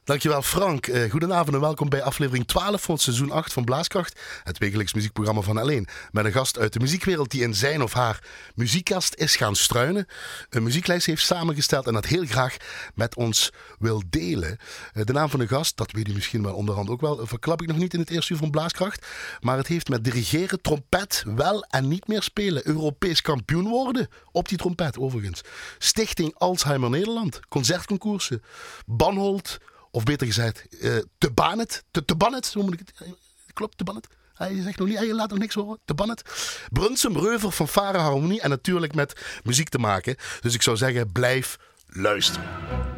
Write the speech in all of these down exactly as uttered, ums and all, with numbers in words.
Dankjewel Frank. Uh, goedenavond en welkom bij aflevering twaalf van seizoen acht van Blaaskracht. Het wekelijks muziekprogramma van L één. Met een gast uit de muziekwereld die in zijn of haar muziekkast is gaan struinen. Een muzieklijst heeft samengesteld en dat heel graag met ons wil delen. Uh, de naam van de gast, dat weet u misschien wel onderhand ook wel, verklap ik nog niet in het eerste uur van Blaaskracht. Maar het heeft met dirigeren, trompet, wel en niet meer spelen. Europees kampioen worden op die trompet overigens. Stichting Alzheimer Nederland. Concertconcoursen. Banholt. Of beter gezegd, uh, te Banet. Te, te Banet, hoe moet ik het? Klopt, te Banet? Hij zegt nog niet, hij laat nog niks horen. Te Banet. Brunsum, Reuver, fanfare, harmonie en natuurlijk met muziek te maken. Dus ik zou zeggen, blijf luisteren.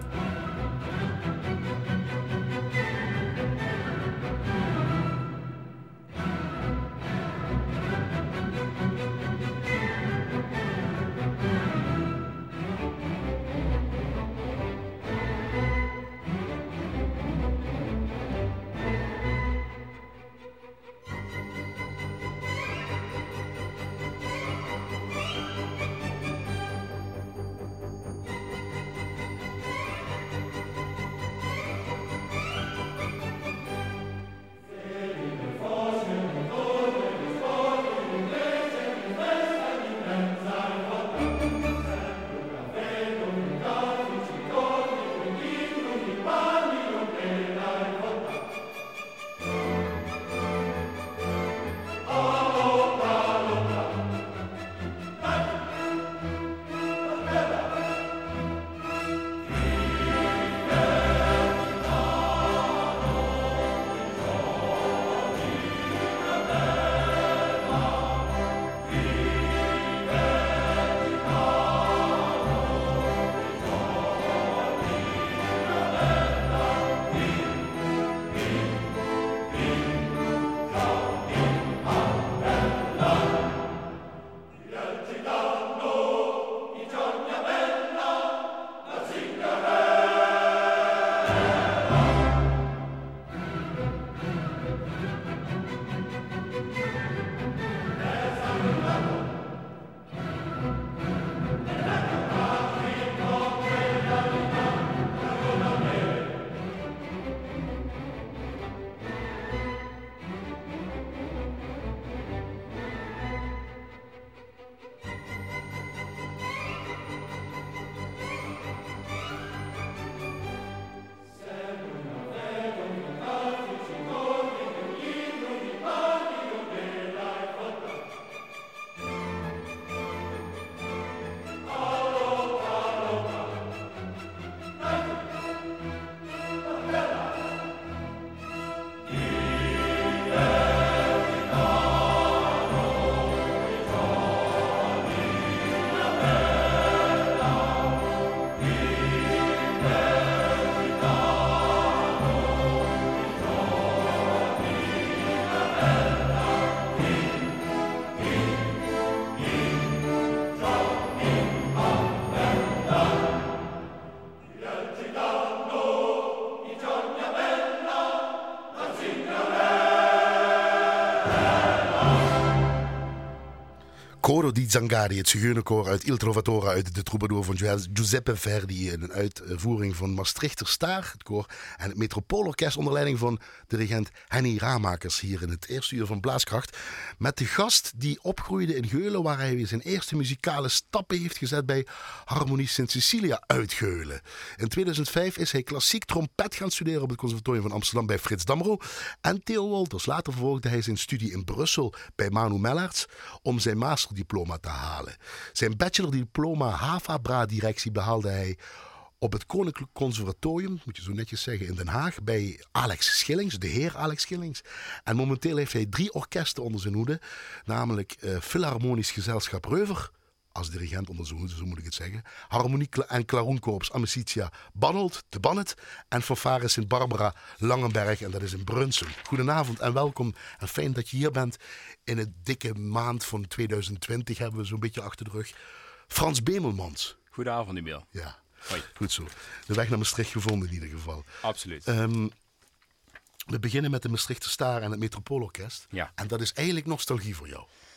Coro di Zangari, het zigeunerkoor uit Il Trovatore uit de Troubadour van Giuseppe Verdi in een uitvoering van Maastrichter Staar, het koor, en het Metropoolorkest onder leiding van dirigent Henny Ramakers hier in het eerste uur van Blaaskracht. Met de gast die opgroeide in Geulen, waar hij zijn eerste muzikale stappen heeft gezet bij Harmonie Sint Cecilia uit Geulen. In tweeduizend vijf is hij klassiek trompet gaan studeren op het Conservatorium van Amsterdam bij Frits Damro en Theo Wolters. Later vervolgde hij zijn studie in Brussel bij Manu Mellarts om zijn masterdiploma te halen. Zijn bachelordiploma Havabra-directie behaalde hij op het Koninklijk Conservatorium, moet je zo netjes zeggen, in Den Haag bij Alex Schillings, de heer Alex Schillings. En momenteel heeft hij drie orkesten onder zijn hoede, namelijk uh, Philharmonisch Gezelschap Reuver, als dirigent onder zijn hoede, zo moet ik het zeggen, Harmonie en Klaroenkorps Amicitia Banholt, te Bannet en fanfare Sint Barbara Langenberg, en dat is in Brunsum. Goedenavond en welkom en fijn dat je hier bent in het dikke maand van tweeduizend twintig, hebben we zo'n beetje achter de rug. Frans Bemelmans. Goedenavond, Emiel. Ja. Hoi. Goed zo. De weg naar Maastricht gevonden in ieder geval. Absoluut. Um, we beginnen met de Maastrichter Staar en het Metropoolorkest. Ja. En dat is eigenlijk nostalgie voor jou,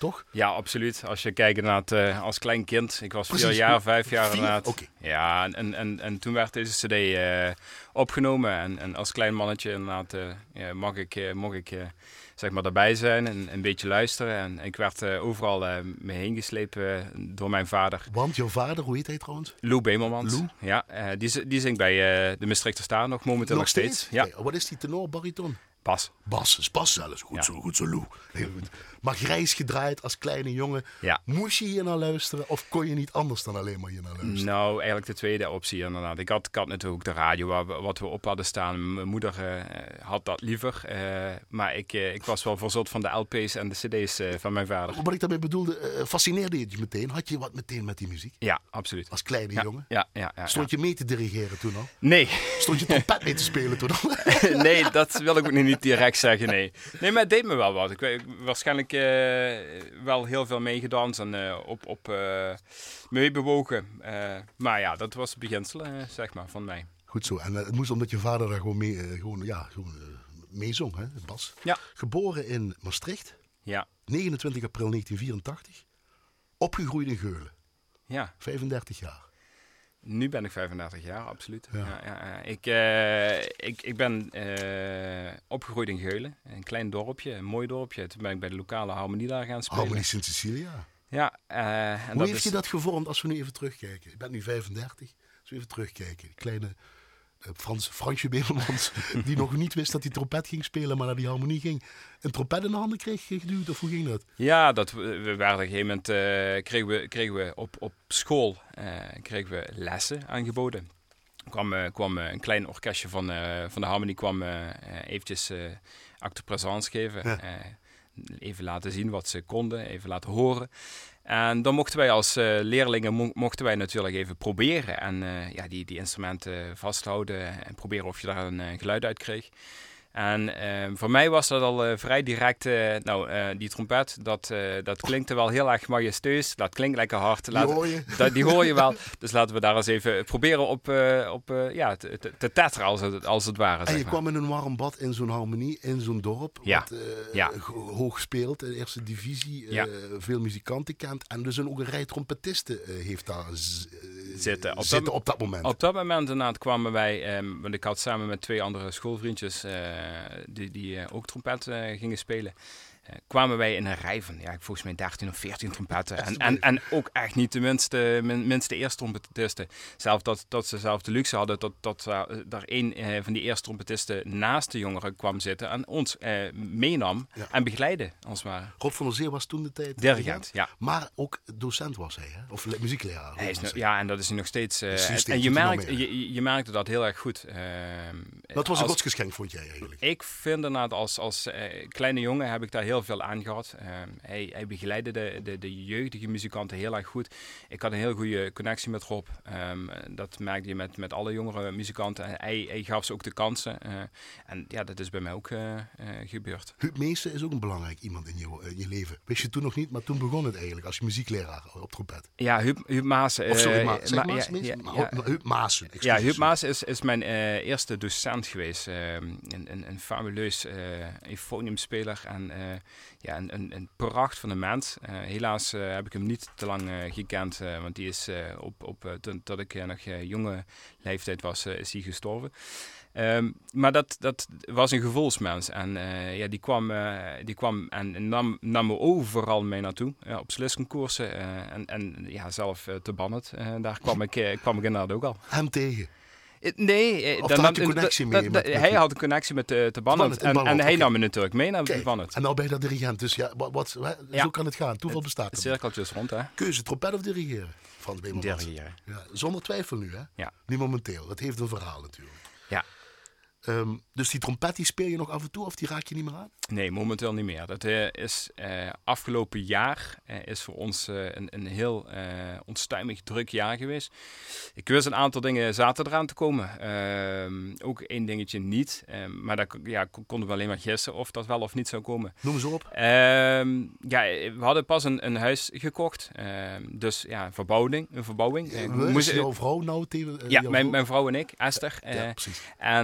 toch? Ja, absoluut. Als je kijkt naar het uh, als klein kind. Ik was Precies. vier jaar, vijf jaar Vier? inderdaad. Okay. Ja, en, en, en toen werd deze cd uh, opgenomen. En, en als klein mannetje inderdaad uh, ja, mag ik, uh, mocht ik uh, zeg maar daarbij zijn en een beetje luisteren. En ik werd uh, overal uh, mee heen geslepen uh, door mijn vader. Want jouw vader, hoe heet hij trouwens? Lou Bemelmans. Lou? Ja, uh, die, die zingt bij uh, de Maastrichter Staar nog momenteel nog, nog steeds. steeds. Ja. Kijk, wat is die tenor, bariton? Bas. Bas, is Bas zelfs. Goed ja. zo, goed zo, Lou. Heel goed. Maar grijs gedraaid als kleine jongen. Ja. Moest je hier naar luisteren of kon je niet anders dan alleen maar hier naar luisteren? Nou, eigenlijk de tweede optie inderdaad. Ik had, ik had natuurlijk ook de radio waar we, wat we op hadden staan. Mijn moeder uh, had dat liever. Uh, maar ik, uh, ik was wel verzot van de L P's en de cd's uh, van mijn vader. Wat ik daarmee bedoelde, uh, fascineerde je je meteen? Had je wat meteen met die muziek? Ja, absoluut. Als kleine ja, jongen? Ja, ja, ja. Stond ja. je mee te dirigeren toen al? Nee. Stond je trompet mee te spelen toen al? Nee, dat wil ik ook niet direct zeggen, nee. Nee, maar het deed me wel wat. Ik heb waarschijnlijk uh, wel heel veel meegedanst en uh, op, op uh, meebewogen. Uh, maar ja, dat was het beginsel, uh, zeg maar, van mij. Goed zo. En uh, het moest omdat je vader daar gewoon mee, uh, gewoon, ja, gewoon, uh, meezong, hè, Bas. Ja. Geboren in Maastricht. Ja. negenentwintig april negentien vierentachtig. Opgegroeid in Geulen. Ja. vijfendertig jaar. Nu ben ik vijfendertig jaar, absoluut. Ja. Ja, ja, ja. Ik, uh, ik, ik ben uh, opgegroeid in Geulen, een klein dorpje, een mooi dorpje. Toen ben ik bij de lokale Harmonie daar gaan spelen. Harmonie Sint-Cecilia. Ja. Uh, en Hoe dat heeft is... je dat gevormd als we nu even terugkijken? Ik ben nu vijfendertig, als we even terugkijken. Die kleine uh, Frans, Fransje Bemelmans, die nog niet wist dat hij trompet ging spelen, maar naar die harmonie ging. Een trompet in de handen kreeg geduwd, of hoe ging dat? Ja, dat, we werden op een gegeven moment, uh, kregen we, kregen we op, op school uh, kregen we lessen aangeboden. Er kwam, uh, kwam uh, een klein orkestje van, uh, van de harmonie kwam uh, eventjes uh, acte présence geven. Ja. Uh, even laten zien wat ze konden, even laten horen. En dan mochten wij als uh, leerlingen mo- mochten wij natuurlijk even proberen en uh, ja, die, die instrumenten vasthouden en proberen of je daar een uh, geluid uit kreeg. En uh, voor mij was dat al uh, vrij direct, uh, nou, uh, die trompet, dat, uh, dat klinkte wel heel erg majestueus. Dat klinkt lekker hard. Die hoor je. Dat, die hoor je wel. Dus laten we daar eens even proberen op, uh, op uh, ja, te, te, te tetteren als het, als het ware. En zeg je maar. kwam in een warm bad in zo'n harmonie, in zo'n dorp, ja. wat uh, ja. hoog speelt, de eerste divisie, uh, ja. veel muzikanten kent. En dus een, ook een rij trompetisten uh, heeft daar z- uh, zitten, op, zitten dat, op dat moment. Op dat moment inderdaad kwamen wij, um, want ik had samen met twee andere schoolvriendjes, uh, die, die die uh, ook trompet uh, gingen spelen, uh, kwamen wij in een rij van, ja, volgens mij dertien of veertien trompetten. En, en, en ook echt niet de minste, min, minste eerste trompetisten. Zelf dat, dat ze zelf de luxe hadden dat, dat uh, daar een uh, van die eerste trompetisten naast de jongeren kwam zitten en ons uh, meenam ja. en begeleidde, als het ware. Rob van der Zee was toen de tijd dirigent, ja. Maar ook docent was hij, hè? Of le- muziekleraar. Hij is no- ja, en dat is hij nog steeds. Uh, nog steeds en je, merkt, je, je merkte dat heel erg goed. Uh, dat was een godsgeschenk, vond jij eigenlijk? Ik vind inderdaad, als, als uh, kleine jongen heb ik daar heel veel aan gehad. Uh, hij, hij begeleidde de, de, de jeugdige muzikanten heel erg goed. Ik had een heel goede connectie met Rob. Um, dat merkte je met, met alle jongere muzikanten. Hij, hij gaf ze ook de kansen. Uh, en ja, dat is bij mij ook uh, uh, gebeurd. Huub Meesen is ook een belangrijk iemand in je, in je leven. Wist je toen nog niet, maar toen begon het eigenlijk als muziekleraar op trompet. Ja, Huub, Huub Maassen. Of sorry, uh, Ma- zeg Ma- Maas, ja, ja, Ma- ja. Huub Maassen. Ja, Huub Maassen is, is mijn uh, eerste docent geweest. Uh, een, een, een fabuleus uh, euphoniumspeler en uh, ja, een, een, een pracht van een mens. Uh, helaas uh, heb ik hem niet te lang uh, gekend, uh, want die is uh, op, op uh, toen, tot ik uh, nog uh, jonge leeftijd was, uh, is hij gestorven. Um, maar dat, dat was een gevoelsmens en uh, ja, die kwam, uh, die kwam en nam, nam me overal mee naartoe, uh, op sliskenkoersen uh, en, en ja, zelf uh, te Bannet. Uh, daar kwam ik, uh, kwam ik inderdaad ook al. Hem tegen? Nee, of dan had je een connectie mee? Da, da, met, met hij die... had een connectie met uh, te Bannet en, en hij okay. nam me natuurlijk mee naar de Bannet. En nou ben je dat dirigent, dus ja, wat, wat, zo ja. kan het gaan. Toeval bestaat er. Cirkeltjes rond, hè? Keuze, trompet of dirigeren? Frans Bemelmans. Dirigeren. Ja, zonder twijfel nu, hè? Ja. Nu momenteel. Dat heeft een verhaal natuurlijk. Ja. Um, dus die trompet die speel je nog af en toe of die raak je niet meer aan? Nee, momenteel niet meer. Dat uh, is uh, afgelopen jaar uh, is voor ons uh, een, een heel uh, onstuimig druk jaar geweest. Ik wist een aantal dingen zaten eraan te komen. Uh, ook één dingetje niet. Uh, maar daar ja, konden we alleen maar gissen of dat wel of niet zou komen. Noem eens op. Uh, ja, we hadden pas een, een huis gekocht. Uh, dus ja, verbouwing. Een verbouwing. Uh, Moest jouw vrouw nou tegen? Uh, ja, mijn, vrouw? mijn vrouw en ik, Esther. Ja, uh, ja precies. En uh,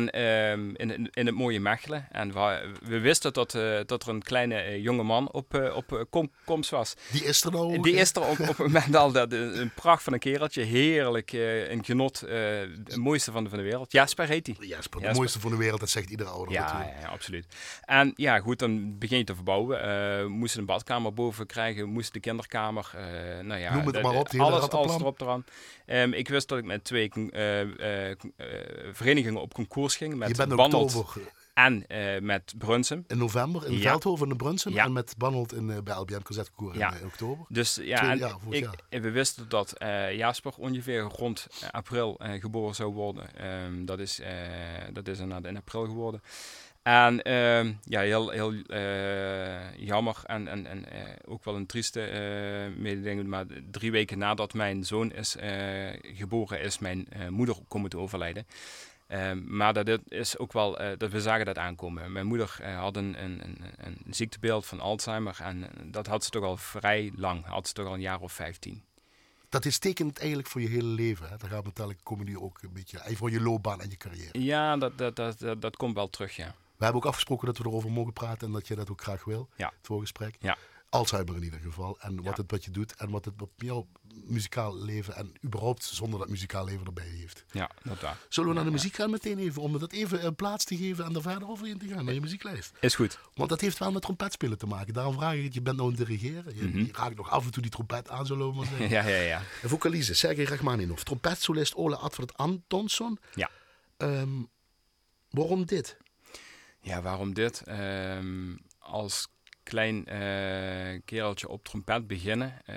um, in, in, in het mooie Mechelen. En we, we wisten dat, uh, dat er een kleine uh, jonge man op, uh, op uh, kom, komst was. Die is er nou ook, Die hè? is er op, op het moment al. Dat, een pracht van een kereltje. Heerlijk, uh, een genot. Uh, het mooiste van de, van de wereld. Jasper heet hij. Jasper, de mooiste van de wereld, dat zegt iedere ouder ja, natuurlijk. Ja, ja, absoluut. En ja, goed, dan begin je te verbouwen. Uh, we moesten een badkamer boven krijgen. We moesten de kinderkamer. Uh, nou ja, Noem het de, maar op, die alles, alles erop eraan. Um, ik wist dat ik met twee uh, uh, uh, verenigingen op concours ging. Met Je bent Bannold oktober. En uh, met Brunsum. In november in ja. Veldhoven in Brunsum. Ja. En met Bannold in, uh, bij L B M Concertconcours ja. in uh, oktober. Dus ja, Twee, en ja, ik, en we wisten dat uh, Jasper ongeveer rond uh, april uh, geboren zou worden. Um, dat, is, uh, dat is inderdaad in april geworden. En uh, ja, heel, heel uh, jammer en, en, en uh, ook wel een trieste uh, mededeling. Maar drie weken nadat mijn zoon is uh, geboren, is mijn uh, moeder komen te overlijden. Uh, maar dat is ook wel, uh, dat we zagen dat aankomen. Mijn moeder uh, had een, een, een, een ziektebeeld van Alzheimer en dat had ze toch al vrij lang, had ze toch al een jaar of vijftien. Dat is tekend eigenlijk voor je hele leven. Hè? Daar gaat natuurlijk comedy ook een beetje, en voor je loopbaan en je carrière. Ja, dat, dat, dat, dat, dat komt wel terug, ja. We hebben ook afgesproken dat we erover mogen praten en dat je dat ook graag wil, ja. het voorgesprek. Ja. Alzheimer in ieder geval. En wat ja. het wat je doet en wat het op jouw muzikaal leven en überhaupt zonder dat muzikaal leven erbij heeft. Ja, dat waar. Zullen we naar de muziek gaan meteen even, om dat even een plaats te geven en daar verder over in te gaan, naar je muzieklijst? Is goed. Want dat heeft wel met trompetspelen te maken. Daarom vraag ik het, je bent nou aan het dirigeren. Je, mm-hmm. je raakt nog af en toe die trompet aan, zullen we maar zeggen. ja, ja, ja. De vocalise, Sergej Rachmaninov. Trompetsolist Ole Advert Antonsson. Ja. Um, waarom dit? Ja, waarom dit? Um, als klein uh, kereltje op trompet beginnen. Uh,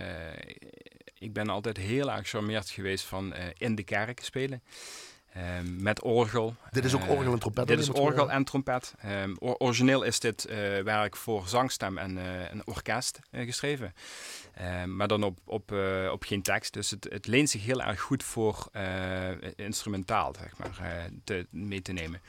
ik ben altijd heel erg gecharmeerd geweest van uh, in de kerk spelen. Um, met orgel. Dit is ook orgel en trompet? Uh, dit is orgel en trompet. Um, or- origineel is dit uh, werk voor zangstem en uh, een orkest uh, geschreven. Um, maar dan op, op, uh, op geen tekst. Dus het, het leent zich heel erg goed voor uh, instrumentaal, zeg maar, uh, te, mee te nemen.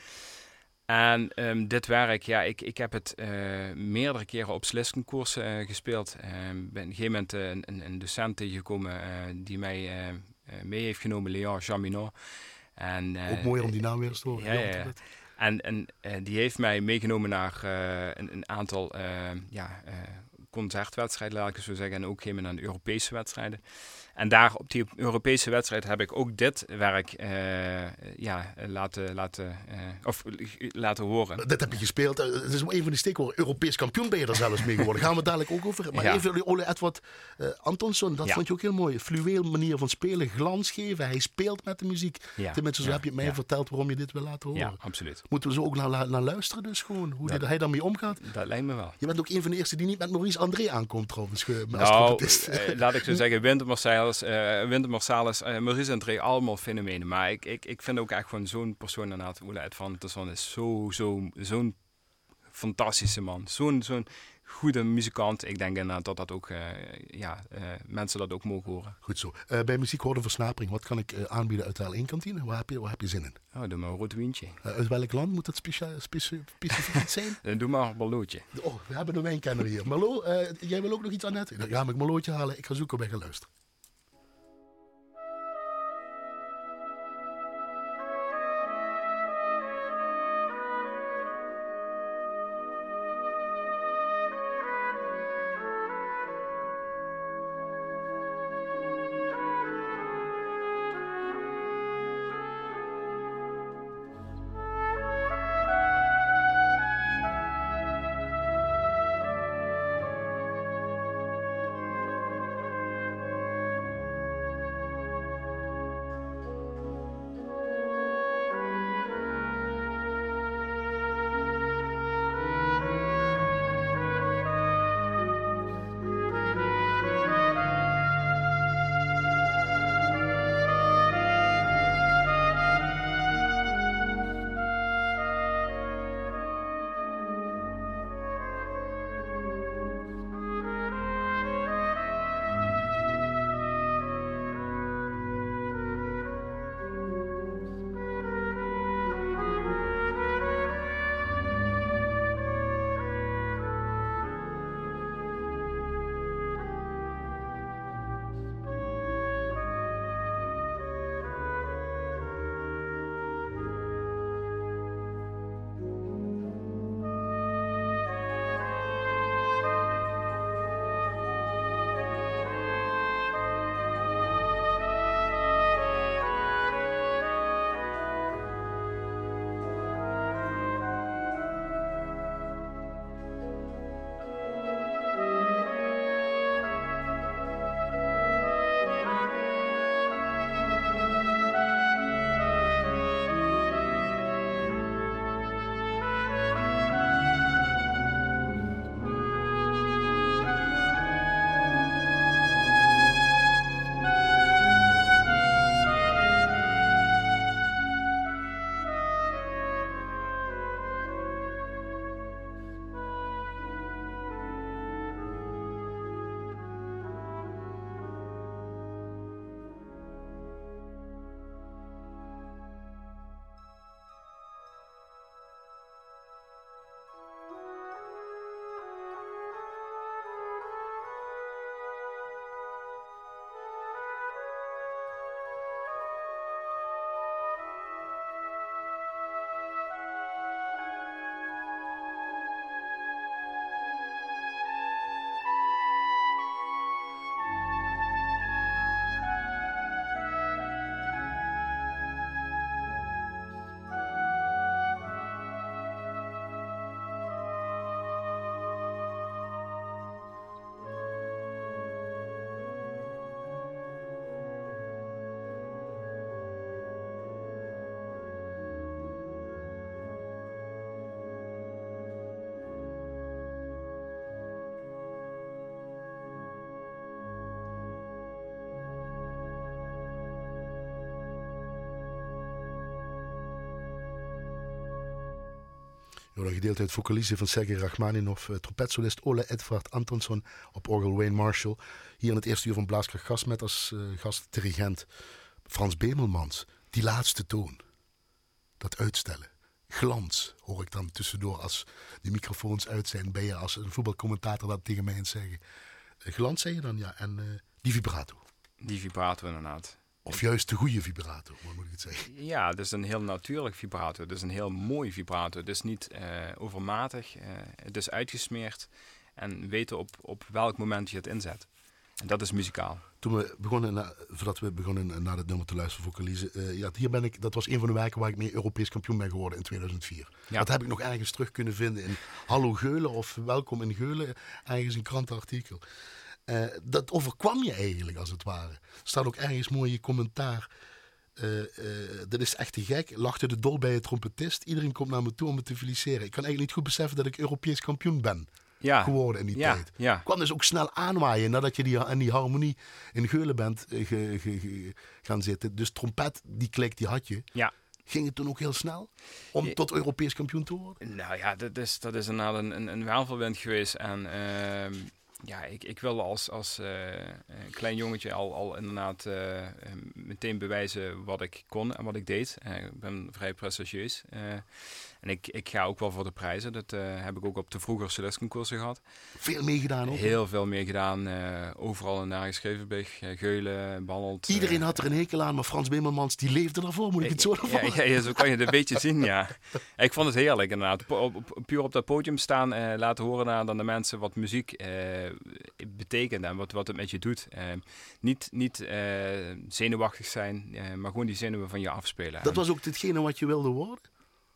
En um, dit werk, ja, ik, ik heb het uh, meerdere keren op Sliskenkoersen uh, gespeeld. Ik uh, ben op een gegeven moment uh, een, een docent tegengekomen uh, die mij uh, uh, mee heeft genomen, Léon Chaminot. En, uh, ook mooi om die naam weer eens te horen. Ja, ja, ja. En, en uh, die heeft mij meegenomen naar uh, een, een aantal uh, ja, uh, concertwedstrijden, laat ik het zo zeggen. En ook een gegeven moment aan Europese wedstrijden. En daar op die Europese wedstrijd heb ik ook dit werk uh, ja, laten, laten, uh, of, laten horen. Dat heb je gespeeld. Het is een van die steekwoorden. Europees kampioen ben je er zelfs mee geworden. Gaan we het dadelijk ook over. Maar ja. even Ole Edward uh, Antonsson, dat ja. vond je ook heel mooi. Fluweel manier van spelen, glans geven. Hij speelt met de muziek. Ja. Tenminste, zo ja. heb je het mij ja. verteld waarom je dit wil laten horen. Ja, absoluut. Moeten we zo ook naar, naar luisteren dus gewoon? Hoe dat, die, hij daarmee omgaat? Dat lijkt me wel. Je bent ook een van de eerste die niet met Maurice André aankomt trouwens. Nou, uh, laat ik zo zeggen, Wynter Marsalis, uh, Wynter Marsalis, uh, Maurice André, allemaal fenomenen. Maar ik, ik, ik vind ook echt gewoon zo'n persoon inderdaad, Ole Edvantesson is zo, zo, zo'n fantastische man. Zo'n, zo'n goede muzikant. Ik denk inderdaad dat dat ook, uh, ja, uh, mensen dat ook mogen horen. Goed zo. Uh, bij muziek horen versnapering. Wat kan ik uh, aanbieden uit de L één kantine? Waar heb je, waar heb je zin in? Oh, doe maar een rood wientje. Uh, uit welk land moet dat specia- specia- specifiek zijn? uh, doe maar een Merlotje. Oh, we hebben een wijnkenner hier. Merlot, uh, jij wil ook nog iets aan net? Dan ga ik Merlotje halen. Ik ga zoeken bij gaan luisteren. Ja, een gedeelte uit vocalisten van Sergei Rachmaninov, uh, trompetsolist Ole Edvard Antonsson, op orgel Wayne Marshall. Hier in het eerste uur van Blaaskracht Gast met als uh, gastdirigent Frans Bemelmans. Die laatste toon, dat uitstellen, glans, hoor ik dan tussendoor als de microfoons uit zijn. Ben je als een voetbalcommentator dat tegen mij eens zeggen. Uh, glans zeg je dan, ja, en uh, die vibrato. Die vibrato inderdaad. Of juist de goede vibrato, wat moet ik het zeggen? Ja, het is een heel natuurlijk vibrato. Het is een heel mooi vibrato. Het is niet uh, overmatig. Uh, het is uitgesmeerd. En weten op, op welk moment je het inzet. En dat is muzikaal. Toen we begonnen, na, voordat we begonnen naar het nummer te luisteren voor Vocalize, uh, ja, hier ben ik, dat was een van de wijken waar ik mee Europees kampioen ben geworden in tweeduizend vier. Ja. Dat heb ik nog ergens terug kunnen vinden in Hallo Geulen of Welkom in Geulen, ergens een krantenartikel. Uh, dat overkwam je eigenlijk, als het ware. Er staat ook ergens mooi je commentaar. Uh, uh, dat is echt te gek. Lachte de dol bij het trompetist. Iedereen komt naar me toe om me te feliciteren. Ik kan eigenlijk niet goed beseffen dat ik Europees kampioen ben ja. geworden in die ja. tijd. Ja. Ik kwam dus ook snel aanwaaien nadat je die, in die harmonie in Geulen bent uh, ge, ge, ge, gaan zitten. Dus trompet, die klik, die had je. Ja. Ging het toen ook heel snel om Je, tot Europees kampioen te worden? Nou ja, dat is, dat is inderdaad een, een, een wervelwind geweest. En... Uh, Ja, ik, ik wilde als, als uh, klein jongetje al, al inderdaad uh, meteen bewijzen wat ik kon en wat ik deed. Uh, ik ben vrij prestigieus. Uh, en ik, ik ga ook wel voor de prijzen. Dat uh, heb ik ook op de vroegere solistconcoursen gehad. Veel meegedaan ook? Heel veel meegedaan. Uh, overal en nergens Schevenbeek, uh, Geulen, Balleld. Iedereen uh, had er een hekel aan, maar Frans Bemelmans die leefde daarvoor, moet ik het zo ervan? Ja, ja, ja, zo kan je het een beetje zien, ja. Ik vond het heerlijk inderdaad. Op, op, puur op dat podium staan, uh, laten horen aan dan de mensen wat muziek uh, betekent en wat, wat het met je doet. Uh, niet niet uh, zenuwachtig zijn, uh, maar gewoon die zenuwen van je afspelen. Dat was ook hetgene wat je wilde worden?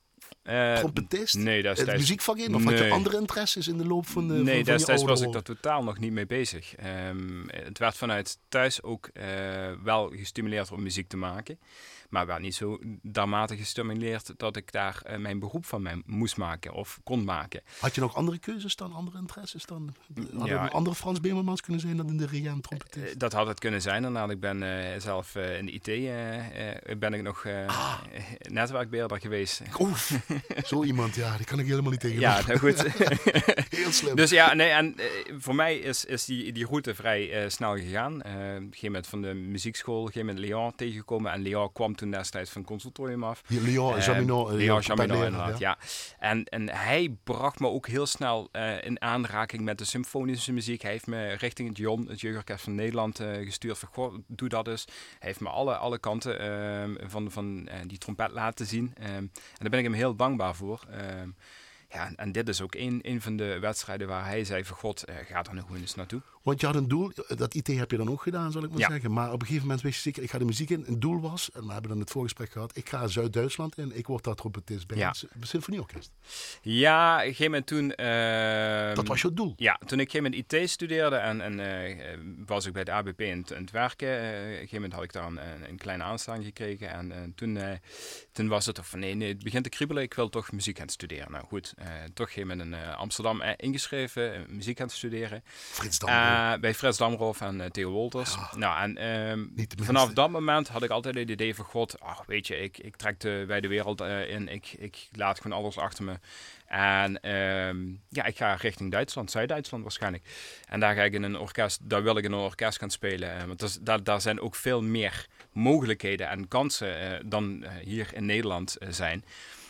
Uh, Trompetist? Nee, dat is het muziekvak in? Of nee. had je andere interesses in de loop van de Nee, van, van destijds was ik daar totaal nog niet mee bezig. Um, het werd vanuit thuis ook uh, wel gestimuleerd om muziek te maken. Maar werd niet zo daarmate gestimuleerd dat ik daar uh, mijn beroep van mij moest maken of kon maken. Had je nog andere keuzes dan, andere interesses dan? Hadden ja, een andere Frans Bemelmans kunnen zijn dan in de regent trompetist? Uh, dat had het kunnen zijn. Inderdaad, ik ben uh, zelf uh, in de I T uh, uh, ben ik nog uh, ah. netwerkbeheerder geweest. Oef, zo iemand, ja, die kan ik helemaal niet tegen. Ja, nou goed. Heel slim. Dus ja, nee, en uh, voor mij is, is die, die route vrij uh, snel gegaan. Uh, op een gegeven moment van de muziekschool, op een gegeven moment Leon tegengekomen. En Leon kwam toen destijds van het conservatorium af. Hier, Leon uh, Jaminon. Leon Jaminon, inderdaad, ja. ja. En, en hij bracht me ook heel snel uh, in aanraking met de symfonische muziek. Hij heeft me richting het J O N, het Jeugdorkest van Nederland, uh, gestuurd. Van, goh, doe dat eens. Hij heeft me alle, alle kanten uh, van, van uh, die trompet laten zien. Um, en daar ben ik hem heel dankbaar voor. Um, Ja, en dit is ook een, een van de wedstrijden waar hij zei van God, uh, ga er nou gewoon eens naartoe. Want je had een doel, dat I T heb je dan ook gedaan, zal ik maar ja. zeggen. Maar op een gegeven moment wist je zeker, ik ga de muziek in. Een doel was, en we hebben dan het voorgesprek gehad, ik ga Zuid-Duitsland in, ik word daar trompetist bij ja. het symfonieorkest. Ja, op een gegeven moment toen... Uh, dat was jouw doel? Ja, toen ik op een gegeven moment I T studeerde en, en uh, was ik bij de A B P in het, in het werken. Uh, op een gegeven moment had ik daar een, een kleine aanstelling gekregen. En uh, toen, uh, toen was het van nee, nee, het begint te kriebelen, ik wil toch muziek gaan studeren. Nou goed, uh, toch op een gegeven moment in uh, Amsterdam uh, ingeschreven, uh, muziek gaan studeren. Frits Damroff. Uh, bij Frits Damroff en uh, Theo Wolters. Ja, nou, en uh, vanaf dat moment had ik altijd het idee van God, ach, weet je, ik, ik trek de wijde wereld uh, in, ik, ik laat gewoon alles achter me. En um, ja, ik ga richting Duitsland, Zuid-Duitsland waarschijnlijk. En daar ga ik in een orkest, daar wil ik in een orkest gaan spelen. Uh, want dat, daar, daar zijn ook veel meer mogelijkheden en kansen uh, dan uh, hier in Nederland uh, zijn.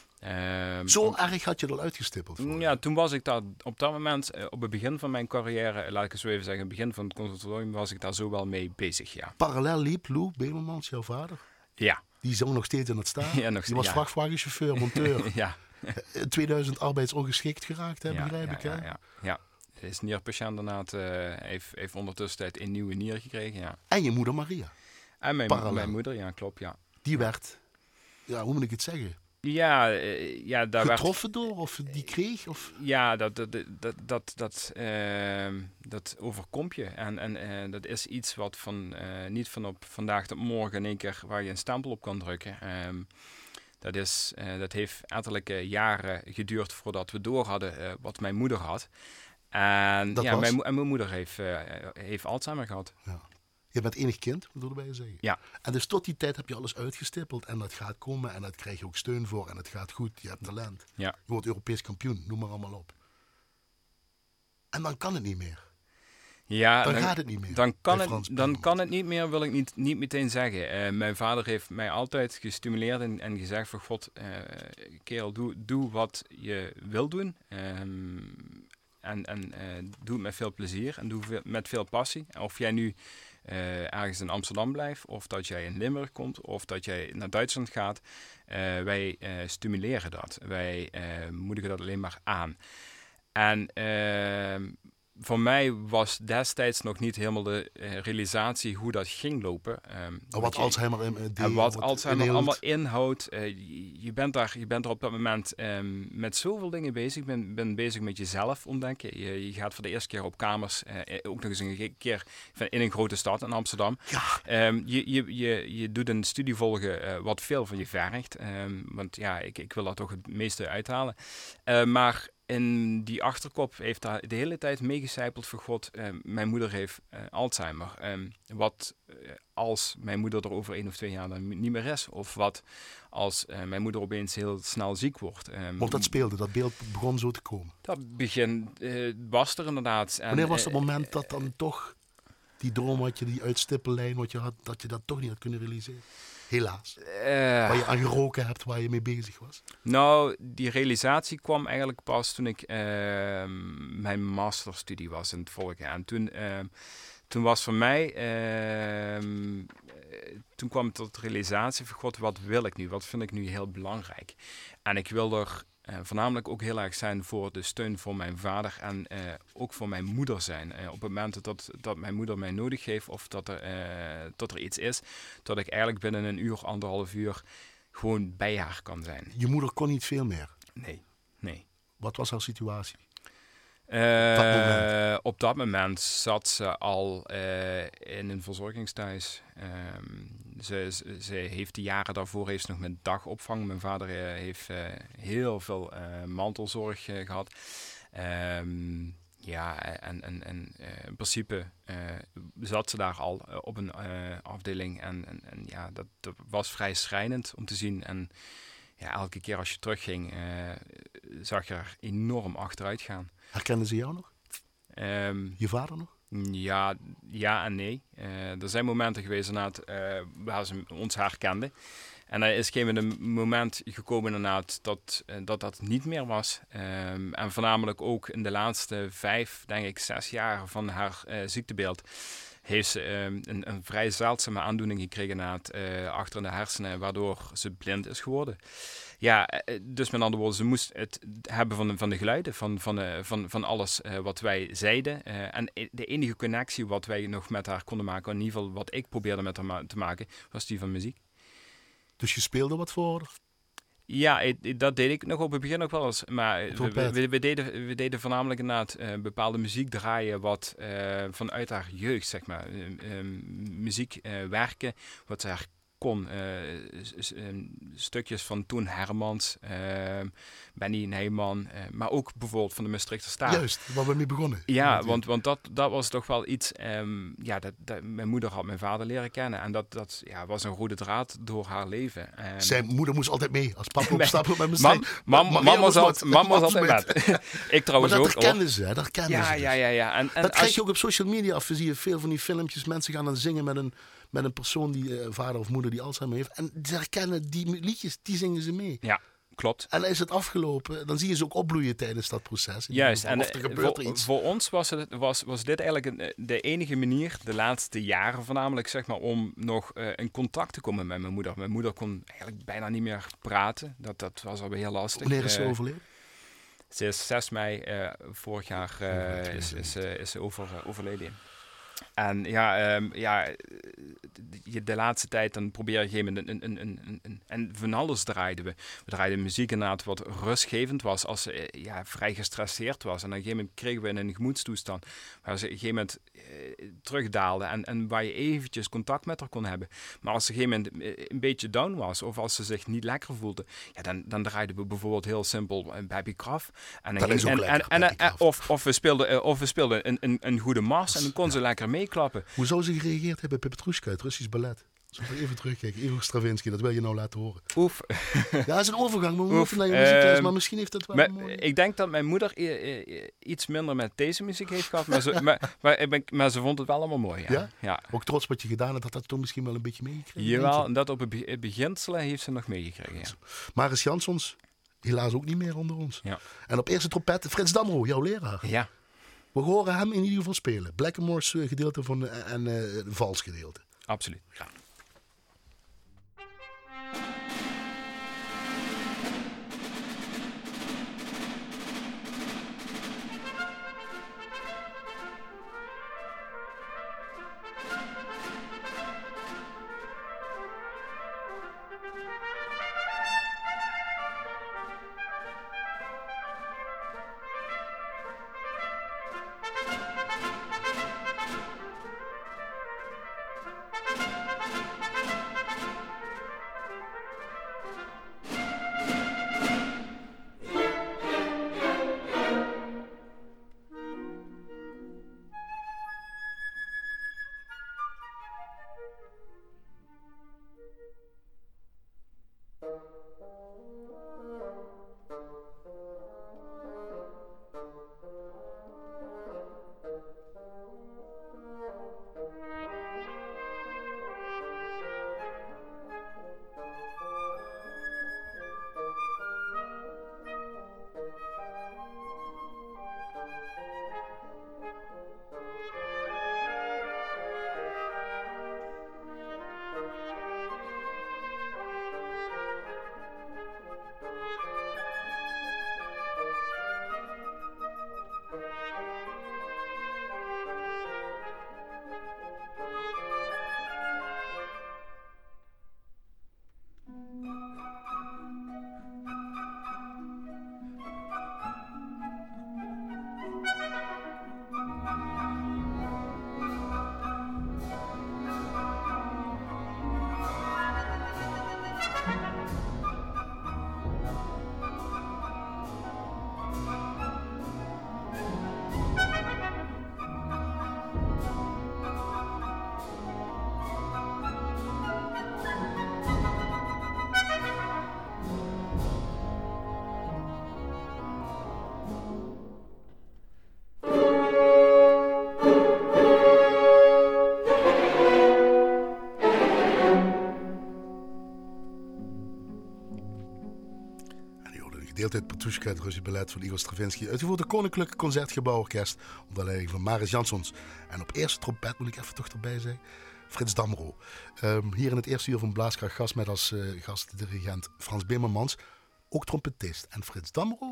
Um, Zo erg had je er al uitgestippeld voor? Ja, toen was ik daar op dat moment, uh, op het begin van mijn carrière, laat ik het zo even zeggen, het begin van het conservatorium, was ik daar zo wel mee bezig, ja. Parallel liep Lou Bemelmans, jouw vader? Ja. Die is ook nog steeds in het staan? Ja, nog Die was ja. vrachtwagenchauffeur, monteur. Ja. In tweeduizend arbeidsongeschikt geraakt, hè, ja, begrijp ja, ik, hè? Ja, ja, ja. Hij is nierpatiënt inderdaad, uh, heeft, heeft ondertussen een nieuwe nier gekregen, ja. En je moeder Maria? En mijn, mijn moeder, ja, klopt, ja. Die werd, ja, hoe moet ik het zeggen? Ja, uh, ja, daar getroffen werd, door of die kreeg? Of? Ja, dat, dat, dat, dat, dat, uh, dat overkomt je. En, en uh, dat is iets wat van, uh, niet van op vandaag tot morgen in één keer waar je een stempel op kan drukken. Um, dat, is, uh, dat heeft ettelijke jaren geduurd voordat we door hadden uh, wat mijn moeder had. En, dat ja, was? mijn, en mijn moeder heeft, uh, heeft Alzheimer gehad. Ja. Je bent enig kind, moet ik erbij zeggen. Ja. En dus tot die tijd heb je alles uitgestippeld en dat gaat komen en daar krijg je ook steun voor en het gaat goed, je hebt talent. Ja. Je wordt Europees kampioen, noem maar allemaal op. En dan kan het niet meer. Ja, dan, dan gaat het niet meer. Dan kan het, dan kan het niet meer, wil ik niet, niet meteen zeggen. Uh, mijn vader heeft mij altijd gestimuleerd en, en gezegd van God, uh, kerel, doe, doe wat je wil doen. Um, en en uh, doe het met veel plezier en doe veel, met veel passie. Of jij nu uh, ergens in Amsterdam blijft, of dat jij in Limburg komt, of dat jij naar Duitsland gaat. Uh, wij uh, stimuleren dat. Wij uh, moedigen dat alleen maar aan. En uh, voor mij was destijds nog niet helemaal de uh, realisatie hoe dat ging lopen. Um, oh, wat je, Alzheimer uh, deed, en wat, wat Alzheimer inhield. allemaal inhoudt. Uh, je, je, bent daar, je bent er op dat moment um, met zoveel dingen bezig. Je bent ben bezig met jezelf ontdekken. Je, je gaat voor de eerste keer op kamers. Uh, ook nog eens een keer in een grote stad in Amsterdam. Ja. Um, je, je, je, je doet een studie volgen uh, wat veel van je vergt. Um, want ja, ik, ik wil daar toch het meeste uithalen. Uh, maar... in die achterkop heeft daar de hele tijd meegecijpeld voor God. Uh, mijn moeder heeft uh, Alzheimer. Um, wat uh, als mijn moeder er over één of twee jaar dan niet meer is? Of wat als uh, mijn moeder opeens heel snel ziek wordt? Um, Want dat speelde, dat beeld begon zo te komen. Dat begin uh, was er inderdaad. En, wanneer was het uh, moment dat dan toch die droom had je, die uitstippellijn wat je had, dat je dat toch niet had kunnen realiseren? Helaas. Uh, waar je aan geroken hebt, waar je mee bezig was? Nou, die realisatie kwam eigenlijk pas toen ik uh, mijn masterstudie was in het volgen. En toen, uh, toen was voor mij, uh, toen kwam het tot de realisatie van God, wat wil ik nu? Wat vind ik nu heel belangrijk? En ik wil er uh, voornamelijk ook heel erg zijn voor de steun voor mijn vader en uh, ook voor mijn moeder zijn. Uh, op het moment dat, dat mijn moeder mij nodig heeft of dat er, uh, dat er iets is, dat ik eigenlijk binnen een uur, anderhalf uur gewoon bij haar kan zijn. Je moeder kon niet veel meer? Nee, nee. Wat was haar situatie? Uh, op, dat moment? op dat moment zat ze al uh, in een verzorgingstehuis. Um, ze, ze, ze heeft de jaren daarvoor heeft ze nog met dagopvang. Mijn vader uh, heeft uh, heel veel uh, mantelzorg uh, gehad. Um, ja, en, en, en uh, in principe uh, zat ze daar al uh, op een uh, afdeling. En, en, en ja, dat, dat was vrij schrijnend om te zien. En ja, elke keer als je terugging, uh, zag je er enorm achteruit gaan. Herkenden ze jou nog? Um, je vader nog? Ja, ja en nee. Uh, er zijn momenten geweest inderdaad, uh, waar ze ons herkenden. En er is geen een moment gekomen inderdaad dat, uh, dat dat niet meer was. Um, en voornamelijk ook in de laatste vijf, denk ik, zes jaar van haar uh, ziektebeeld heeft ze uh, een, een vrij zeldzame aandoening gekregen inderdaad, uh, achter in de hersenen, waardoor ze blind is geworden. Ja, dus met andere woorden, ze moest het hebben van de, van de geluiden, van, van, de, van, van alles uh, wat wij zeiden. Uh, en de enige connectie wat wij nog met haar konden maken, in ieder geval wat ik probeerde met haar ma- te maken, was die van muziek. Dus je speelde wat voor? Ja, ik, dat deed ik nog op het begin nog wel eens. Maar we, we, we, deden, we deden voornamelijk inderdaad uh, bepaalde muziek draaien wat uh, vanuit haar jeugd, zeg maar. Uh, uh, muziek uh, werken, wat ze haar kon. Uh, s- uh, stukjes van Toon Hermans, uh, Benny Nijman, uh, maar ook bijvoorbeeld van de Maastrichter Staat. Juist, waar we mee begonnen. Ja, want, want dat, dat was toch wel iets... Um, ja, dat, dat, mijn moeder had mijn vader leren kennen. En dat, dat ja, was een rode draad door haar leven. Um, Zijn moeder moest altijd mee. Als papa op stap met mijn Mam, mam, mam, mam was, al, mam was altijd met. Ik trouwens maar ook. dat herkenden ze, hè? Dat herkenden ja, ze dus. ja, ja, ja. En, en dat krijg als, je ook op social media af. We zien veel van die filmpjes. Mensen gaan dan zingen met een, met een persoon, die uh, vader of moeder die Alzheimer heeft. En ze herkennen die liedjes, die zingen ze mee. Ja, klopt. En dan is het afgelopen. Dan zie je ze ook opbloeien tijdens dat proces. Juist. En of er gebeurt voor, er iets. voor ons was, het, was, was dit eigenlijk een, de enige manier, de laatste jaren voornamelijk, zeg maar, om nog uh, in contact te komen met mijn moeder. Mijn moeder kon eigenlijk bijna niet meer praten. Dat, dat was alweer heel lastig. Wanneer is ze uh, overleden? Ze is zes mei uh, vorig jaar uh, is, is, uh, is ze over, uh, overleden. En ja, um, ja, de, de laatste tijd dan probeer je een, een, een, een, een, en van alles draaiden we. We draaiden muziek inderdaad wat rustgevend was, als ze ja, vrij gestresseerd was. En op een gegeven moment kregen we een gemoedstoestand waar ze op een gegeven moment uh, terugdaalde en, en waar je eventjes contact met haar kon hebben. Maar als ze op een gegeven moment een beetje down was of als ze zich niet lekker voelde, ja, dan, dan draaiden we bijvoorbeeld heel simpel Baby Kraft. En dat is ook en, lekker, en, en, en, of, of we speelden, uh, of we speelden een, een, een goede mars en dan kon ze lekker mee. meeklappen. Hoe zou ze gereageerd hebben bij Petrushka, het Russisch ballet? Zullen we even terugkijken? Igor Stravinsky, dat wil je nou laten horen. Oef. Ja, dat is een overgang, maar we Oef, moeten naar je muziekles, uh, maar misschien heeft het wel me, een mooie... Ik denk dat mijn moeder i- i- iets minder met deze muziek heeft gehad, maar ze, maar, maar, ik ben, maar ze vond het wel allemaal mooi. Ja? Ja? Ja. Ook trots wat je gedaan hebt, had dat toen misschien wel een beetje meegekregen? Jawel, en dat op het, be- het beginselen heeft ze nog meegekregen. Ja. Maris Jansons, helaas ook niet meer onder ons. Ja. En op eerste trompet Frits Damro, jouw leraar. Ja. We horen hem in ieder geval spelen. Blackamore's uh, gedeelte van, uh, en uh, het vals gedeelte. Absoluut. Ja. Deeltijd Petrushka, het Russisch ballet van Igor Stravinsky. Uitgevoerd door Koninklijke Concertgebouworkest onder leiding van Maris Jansons. En op eerste trompet, moet ik even toch erbij zeggen, Frits Damro. Um, hier in het eerste uur van Blaaskracht gast met als uh, gastdirigent Frans Bemermans. Ook trompetist. En Frits Damro,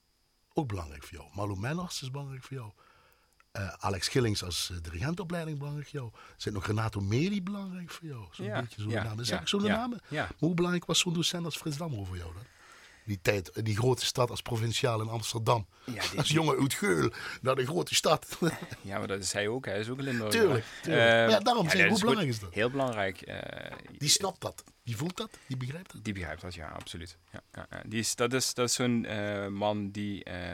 ook belangrijk voor jou. Marlo Menners is belangrijk voor jou. Uh, Alex Gillings als uh, dirigentopleiding belangrijk voor jou. Zit nog Renato Meli belangrijk voor jou? Zo'n Ja, beetje zo'n ja, namen. Zeg ja, ik zo'n ja, namen? Ja. Maar hoe belangrijk was zo'n docent als Frits Damro voor jou dan? Die tijd, die grote stad als provinciaal in Amsterdam. Ja, die, als jongen uit Geul naar de grote stad. Ja, maar dat is hij ook. Hij is ook een Limburg. Tuurlijk. tuurlijk. Uh, ja, daarom ja, zeg ik, hoe belangrijk is dat? Heel belangrijk. Uh, die snapt dat. Die voelt dat. Die begrijpt dat. Die begrijpt dat, ja, absoluut. Ja, ja, ja. Die is, dat, is, dat is zo'n uh, man die uh,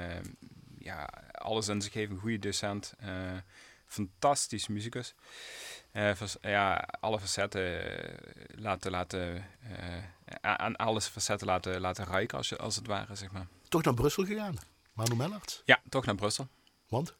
ja, alles in zich heeft. Een goede docent. Uh, fantastisch muzikus. Uh, vers, ja, alle facetten laten, laten uh, aan alle facetten laten, laten ruiken, als, je, als het ware, zeg maar. Toch naar Brussel gegaan, Manu Mellarts? Ja, toch naar Brussel. Want?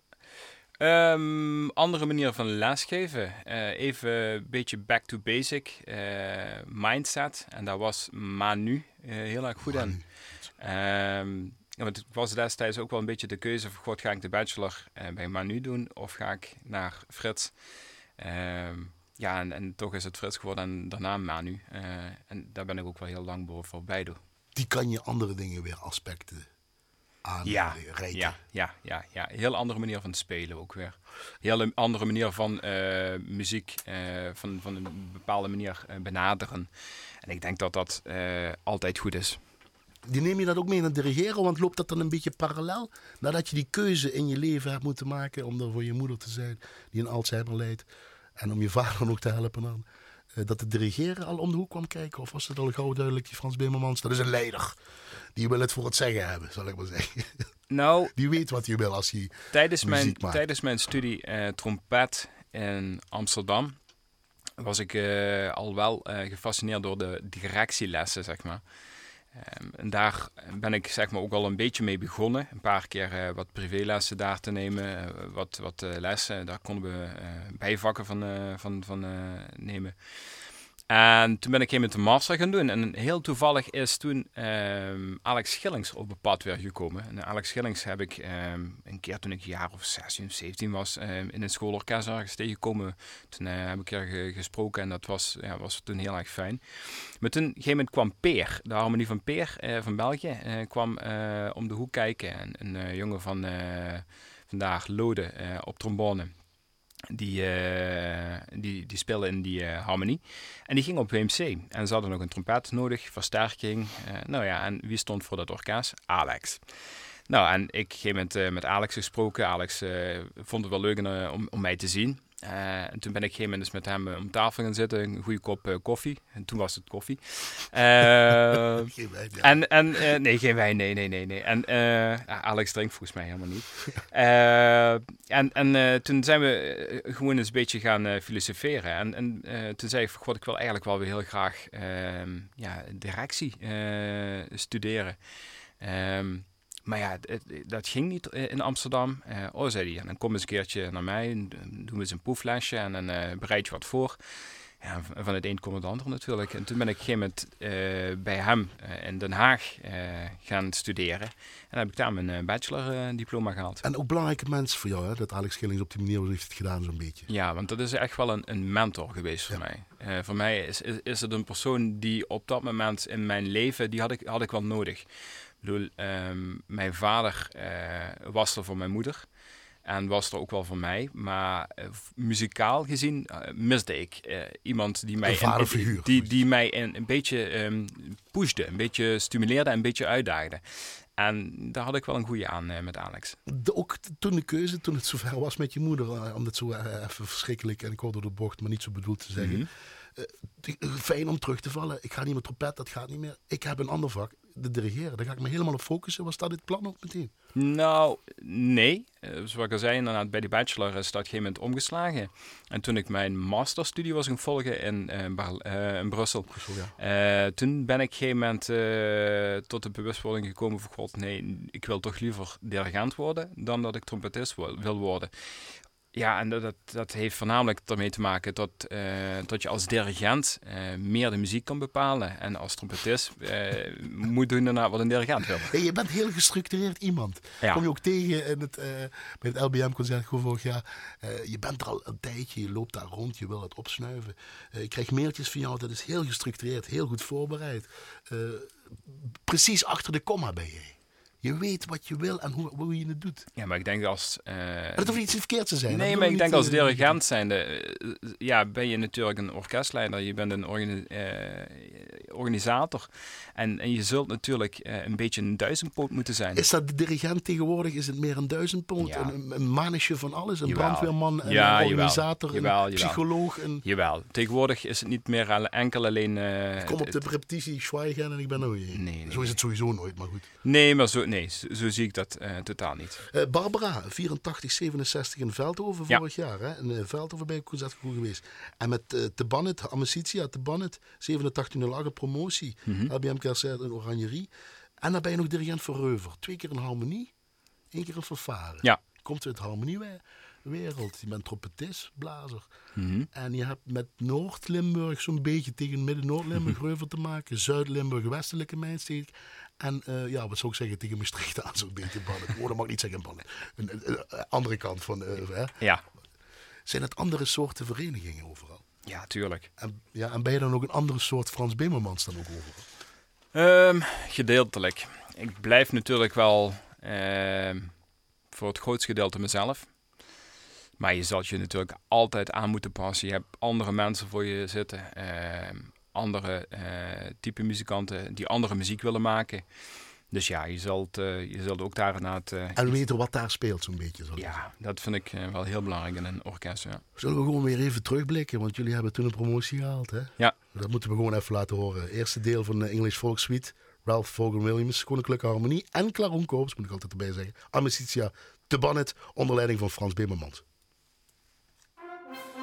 Um, andere manier van lesgeven. Uh, even een beetje back to basic. Uh, mindset. En daar was Manu uh, heel erg goed in. Um, Ja, want het was destijds ook wel een beetje de keuze van, god, ga ik de bachelor uh, bij Manu doen of ga ik naar Frits? Um, ja, en, en toch is het Frits geworden en daarna Manu. Uh, en daar ben ik ook wel heel dankbaar voor beide. Die kan je andere dingen weer aspecten aan ja, reiken. Ja, ja, ja, ja. Heel andere manier van spelen ook weer. Heel andere manier van uh, muziek, uh, van, van een bepaalde manier uh, benaderen. En ik denk dat dat uh, altijd goed is. Die neem je dat ook mee in het dirigeren, want loopt dat dan een beetje parallel? Nadat je die keuze in je leven hebt moeten maken om er voor je moeder te zijn, die een Alzheimer lijdt, en om je vader nog te helpen dan, uh, dat het dirigeren al om de hoek kwam kijken? Of was het al gauw duidelijk, die Frans Bemermans, dat is een leider. Die wil het voor het zeggen hebben, zal ik maar zeggen. Nou, die weet wat je wil als hij tijdens muziek mijn, maakt. Tijdens mijn studie uh, trompet in Amsterdam was ik uh, al wel uh, gefascineerd door de directielessen, zeg maar. Um, en daar ben ik zeg maar ook al een beetje mee begonnen. Een paar keer uh, wat privélessen daar te nemen, uh, wat, wat uh, lessen. Daar konden we uh, bijvakken van, uh, van, van uh, nemen. En toen ben ik een met de master gaan doen. En heel toevallig is toen um, Alex Schillings op het pad weer gekomen. En Alex Schillings heb ik um, een keer toen ik een jaar of zestien of zeventien was um, in een schoolorkest ergens tegengekomen. Toen uh, heb ik er ge- gesproken en dat was, ja, was toen heel erg fijn. Maar toen, op een gegeven moment kwam Peer, de harmonie van Peer uh, van België, uh, kwam uh, om de hoek kijken. En een uh, jongen van uh, vandaag, Lode, uh, op trombone. Die, uh, die, die speelde in die uh, harmonie. En die ging op W M C. En ze hadden nog een trompet nodig, versterking. Uh, nou ja, en wie stond voor dat orkest? Alex. Nou, en ik heb op een gegeven moment uh, met Alex gesproken. Alex uh, vond het wel leuk uh, om, om mij te zien. Uh, en toen ben ik op een gegeven moment dus met hem uh, om tafel gaan zitten. Een goede kop uh, koffie. En toen was het koffie. Uh, geen wijn, ja. En, en uh, nee, geen wijn. Nee, nee, nee. nee. En uh, Alex drinkt volgens mij helemaal niet. Uh, en en uh, toen zijn we uh, gewoon eens een beetje gaan uh, filosoferen. En, en uh, toen zei ik, god, ik wil eigenlijk wel weer heel graag uh, ja, directie uh, studeren. Um, Maar ja, het, dat ging niet in Amsterdam. Uh, oh, zei hij, en dan kom eens een keertje naar mij, doen we eens een proeflesje en dan uh, bereid je wat voor. Ja, van het een komt het ander natuurlijk. En toen ben ik op een gegeven moment uh, bij hem uh, in Den Haag uh, gaan studeren. En heb ik daar mijn uh, bachelor-diploma uh, gehaald. En ook belangrijke mensen voor jou, hè? Dat Alex Schillings op die manier heeft het gedaan zo'n beetje. Ja, want dat is echt wel een, een mentor geweest voor ja. mij. Uh, voor mij is, is, is het een persoon die op dat moment in mijn leven, die had ik, had ik wel nodig. Ik bedoel, um, mijn vader uh, was er voor mijn moeder en was er ook wel voor mij, maar uh, muzikaal gezien uh, misde ik uh, iemand die mij, een vaderfiguur, die, die, die mij een, een beetje um, pushde, een beetje stimuleerde en een beetje uitdaagde. En daar had ik wel een goede aan uh, met Alex. De, ook toen de keuze, toen het zover was met je moeder, uh, om dit zo uh, even verschrikkelijk en ik hoorde de bocht, maar niet zo bedoeld te zeggen. Mm-hmm. Uh, fijn om terug te vallen. Ik ga niet meer trompet, dat gaat niet meer. Ik heb een ander vak, de dirigeren. Daar ga ik me helemaal op focussen. Was dat het plan ook meteen? Nou, nee. Uh, zoals ik al zei, inderdaad, bij die bachelor is dat op een gegeven moment omgeslagen. En toen ik mijn masterstudie was gaan volgen in, uh, Bar- uh, in Brussel. Brussel ja. uh, toen ben ik op een gegeven moment uh, tot de bewustwording gekomen van god, nee, ik wil toch liever dirigent worden dan dat ik trompetist wil, wil worden. Ja, en dat, dat, dat heeft voornamelijk ermee te maken dat, uh, dat je als dirigent uh, meer de muziek kan bepalen. En als trompetist uh, moet doen daarna wat een dirigent wil. Hey, je bent heel gestructureerd iemand. Ja. Kom je ook tegen in het, uh, bij het L B M-concert vorig jaar. Uh, je bent er al een tijdje, je loopt daar rond, je wil het opsnuiven. Uh, ik krijg mailtjes van jou, dat is heel gestructureerd, heel goed voorbereid. Uh, precies achter de komma ben jij. Je weet wat je wil en hoe, hoe je het doet. Ja, maar ik denk als... Uh, dat hoeft niet verkeerd te zijn. Nee, maar ik denk als dirigent zijnde... Uh, ja, ben je natuurlijk een orkestleider. Je bent een organi- uh, organisator. En, en je zult natuurlijk uh, een beetje een duizendpoot moeten zijn. Is dat de dirigent tegenwoordig? Is het meer een duizendpoot? Ja. Een, een mannetje van alles? Een jawel. brandweerman? Een ja, organisator? Jawel. Jawel, een psycholoog? Een... Jawel. Tegenwoordig is het niet meer enkel alleen... Uh, ik kom op de repetitie, zwijgen en ik ben nooit. Nee, nee, zo is het sowieso nooit, maar goed. Nee, maar zo... Nee, zo, zo zie ik dat uh, totaal niet. Uh, Barbara, vierentachtig zevenenzestig in Veldhoven ja. vorig jaar. Hè? In uh, Veldhoven bij een concertgroep geweest. En met uh, Te Bannet, Amicitia, Te Bannet, zevenentachtig nul acht promotie. Mm-hmm. L B M-concert in Oranjerie. En dan ben je nog dirigent voor Reuver. Twee keer een harmonie, één keer een fanfare. Ja. Komt uit de harmoniewereld. Je bent trompetist, blazer. Mm-hmm. En je hebt met Noord-Limburg zo'n beetje tegen Midden-Noord-Limburg Reuver te maken. Zuid-Limburg, Westelijke Mijnsteeg. En uh, ja, wat zou ik zeggen, tegen Maastricht aan zo'n beetje Bannet. Oh, dat mag ik niet zeggen Bannet. Een, een, een, een andere kant van... Uh, hè? Ja. Zijn het andere soorten verenigingen overal? Ja, tuurlijk. En, ja, en ben je dan ook een andere soort Frans Bemermans dan ook overal? Um, gedeeltelijk. Ik blijf natuurlijk wel uh, voor het grootste gedeelte mezelf. Maar je zult je natuurlijk altijd aan moeten passen. Je hebt andere mensen voor je zitten. Uh, andere uh, type muzikanten die andere muziek willen maken. Dus ja, je zult, uh, je zult ook daarna... Uh, en weten wat daar speelt zo'n beetje. Zal ja, zeggen. Dat vind ik uh, wel heel belangrijk in een orkest. Ja. Zullen we gewoon weer even terugblikken? Want jullie hebben toen een promotie gehaald, hè? Ja. Dat moeten we gewoon even laten horen. Eerste deel van de English Folk Suite. Ralph Vaughan Williams, Koninklijke Harmonie. En Claron Corps, moet ik altijd erbij zeggen. Amicitia, Te Bannet, onder leiding van Frans Bemermans.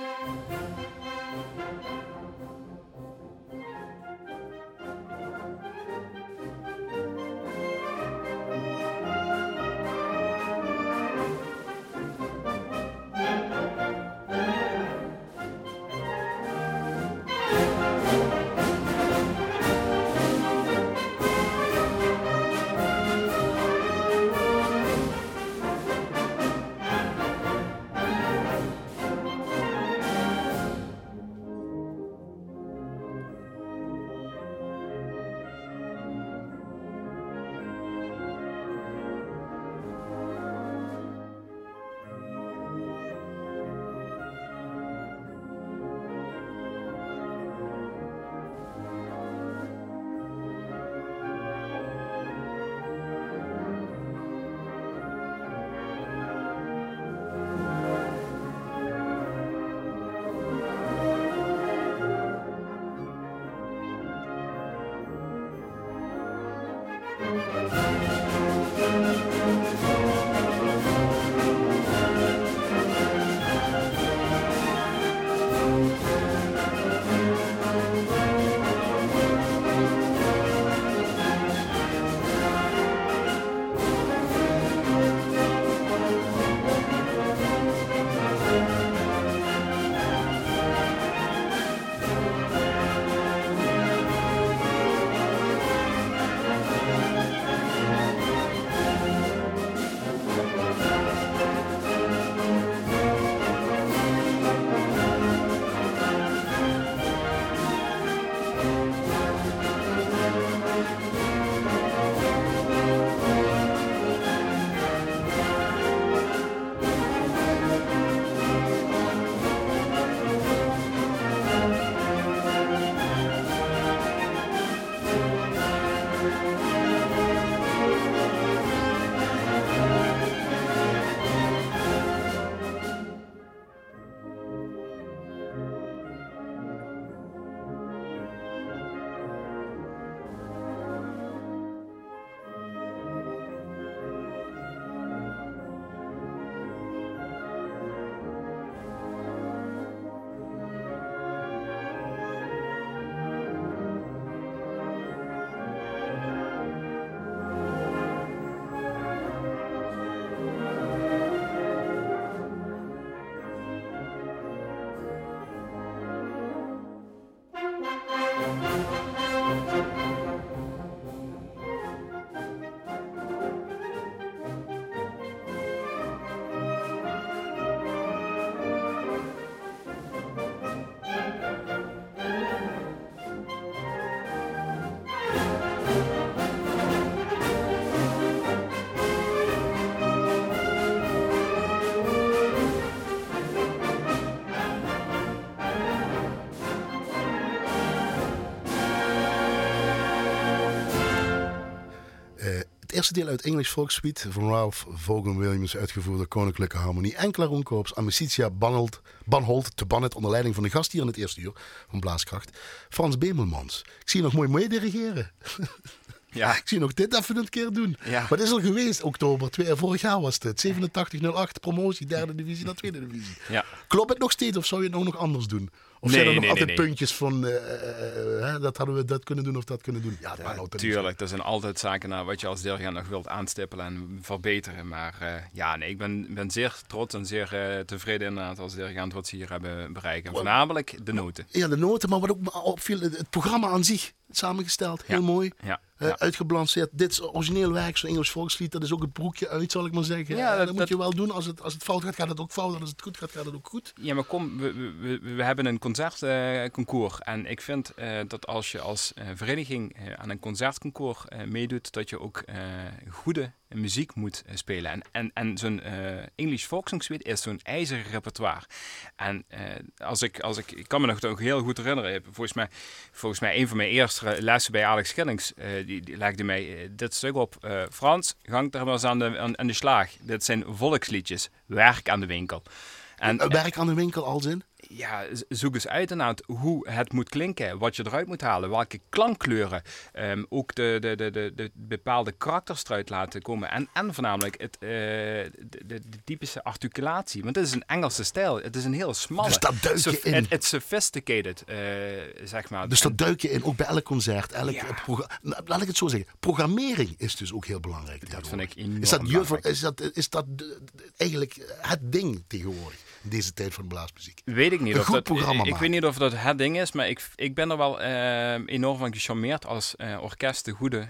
eerste deel uit English Folk Suite van Ralph Vaughan Williams, uitgevoerd door Koninklijke Harmonie en Klaroenkorps Amicitia Banholt, Banholt te Bannet onder leiding van de gast hier in het eerste uur van Blaaskracht, Frans Bemelmans. Ik zie je nog mooi mee dirigeren. Ja. Ik zie nog dit even een keer doen. Ja. Wat is al geweest? Oktober, twee, vorig jaar was het. zevenentachtig nul acht, promotie, derde divisie naar tweede divisie. Ja. Klopt het nog steeds of zou je het nog, nog anders doen? Of Nee, zijn er nog nee, altijd nee, nee. puntjes van, uh, uh, uh, dat hadden we dat kunnen doen of dat kunnen doen? Ja, dat Ja, tuurlijk, er zijn altijd zaken naar wat je als dirigent nog wilt aanstippelen en verbeteren. Maar uh, ja, nee, ik ben, ben zeer trots en zeer uh, tevreden inderdaad als dirigent wat ze hier hebben bereikt. En voornamelijk de noten. Ja, de noten, maar wat ook me opviel, het programma aan zich samengesteld. Heel Ja. mooi. Ja. Uh, Ja. Uitgeblanceerd. Dit is origineel werk, zo'n Engels volkslied. Dat is ook het broekje uit, zal ik maar zeggen. Ja, Uh, dat- dat, moet dat- je wel doen. Als het, als het fout gaat, gaat het ook fout. En als het goed gaat, gaat het ook goed. Ja, maar kom, we, we, we- we hebben een concertconcours. en ik vind uh, dat als je als uh, vereniging uh, aan een concertconcours uh, meedoet, dat je ook uh, goede muziek moet uh, spelen. En, en, en zo'n uh, English Folk Song Suite is zo'n ijzeren repertoire. En uh, als ik, als ik, ik kan me nog ook heel goed herinneren, ik heb volgens mij, volgens mij een van mijn eerste lessen bij Alex Schillings, uh, die, die legde mij uh, dit stuk op. Uh, Frans, gang er maar eens aan de, aan, aan de slag. Dit zijn volksliedjes. Werk aan de winkel. En, Uh, werk aan de winkel als in? ja, z- zoek eens uit inderdaad hoe het moet klinken, wat je eruit moet halen, welke klankkleuren, um, ook de, de, de, de, de bepaalde karakters eruit laten komen en, en voornamelijk het, uh, de, de, de typische articulatie, want het is een Engelse stijl, het is een heel smalle, Dus dat duik je sof- in. het- het sophisticated, uh, zeg maar. Dus En- dat duik je in, ook bij elk concert. Elk Ja. progra- nou, laat ik het zo zeggen. Programmering is dus ook heel belangrijk. dat tegenwoordig. vind ik enorm Is dat, je, belangrijk. is dat, is dat de- de- eigenlijk het ding tegenwoordig? In deze tijd van de blaasmuziek. Weet ik niet Een of goed dat. programma Ik, ik maken. weet niet of dat het ding is, maar ik, ik ben er wel eh, enorm van gecharmeerd als eh, orkesten goede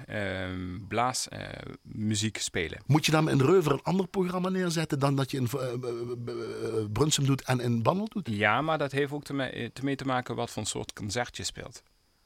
blaasmuziek spelen. Moet je dan in Reuver een ander programma neerzetten dan dat je in uh, uh, Brunsum doet en in Bandel doet? Ja, maar dat heeft ook te, me- te mee te maken wat voor soort concert je speelt.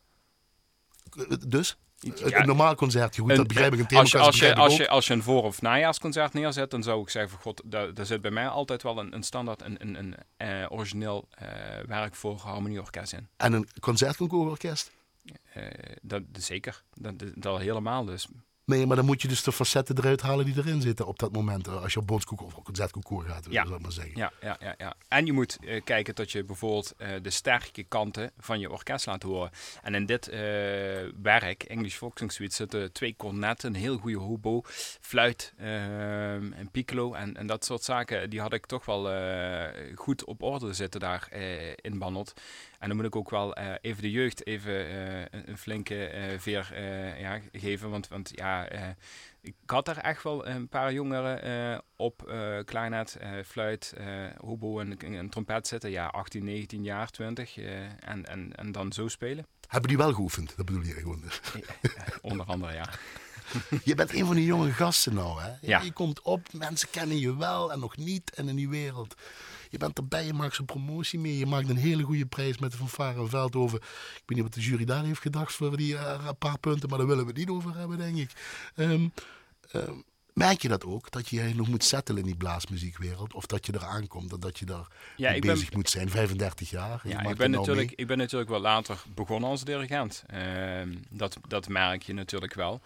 Dus? Ja, een normaal concert, goed, Een- dat begrijp ik. Een als, je, themaconcert als, je, begrijp ik als, ook. je, als je een voor- of najaarsconcert neerzet, dan zou ik zeggen van god, daar, daar zit bij mij altijd wel een, een standaard, een, een, een eh, origineel eh, werk voor harmonieorkest in. En een concertconcoursorkest? Eh, dat, zeker, dat, dat, dat helemaal dus. Nee, maar dan moet je dus de facetten eruit halen die erin zitten op dat moment. Als je op bondsconcours of concertconcours gaat, Ja. zou ik maar zeggen. Ja, ja, ja, ja. En je moet eh, kijken dat je bijvoorbeeld eh, de sterke kanten van je orkest laat horen. En in dit eh, werk, English Folk Song Suite, zitten twee cornetten, een heel goede hobo, fluit, eh, een piccolo en, en dat soort zaken. Die had ik toch wel eh, goed op orde zitten daar eh, in Banot. En dan moet ik ook wel uh, even de jeugd even uh, een, een flinke uh, veer uh, ja, geven. Want, want ja, uh, ik had er echt wel een paar jongeren uh, op uh, klarinet, uh, fluit, uh, hobo en, en trompet zitten. Ja, achttien, negentien jaar, twintig. Uh, en, en, en dan zo spelen. Hebben die wel geoefend? Dat bedoel je gewoon. Ja, onder andere, ja. Je bent een van die jonge gasten nou, hè? Ja. Je komt op, mensen kennen je wel en nog niet. En in die wereld. Je bent erbij, je maakt zo'n promotie mee. Je maakt een hele goede prijs met de fanfare Veldhoven. Ik weet niet wat de jury daar heeft gedacht voor die uh, paar punten. Maar daar willen we het niet over hebben, denk ik. Um, um, merk je dat ook? Dat je je nog moet settelen in die blaasmuziekwereld? Of dat je eraan komt en dat je daar Ja, mee ik bezig ben, moet zijn? vijfendertig jaar. Ja, ik ben, nou natuurlijk, ik ben natuurlijk wel later begonnen als dirigent. Uh, dat, dat merk je natuurlijk wel.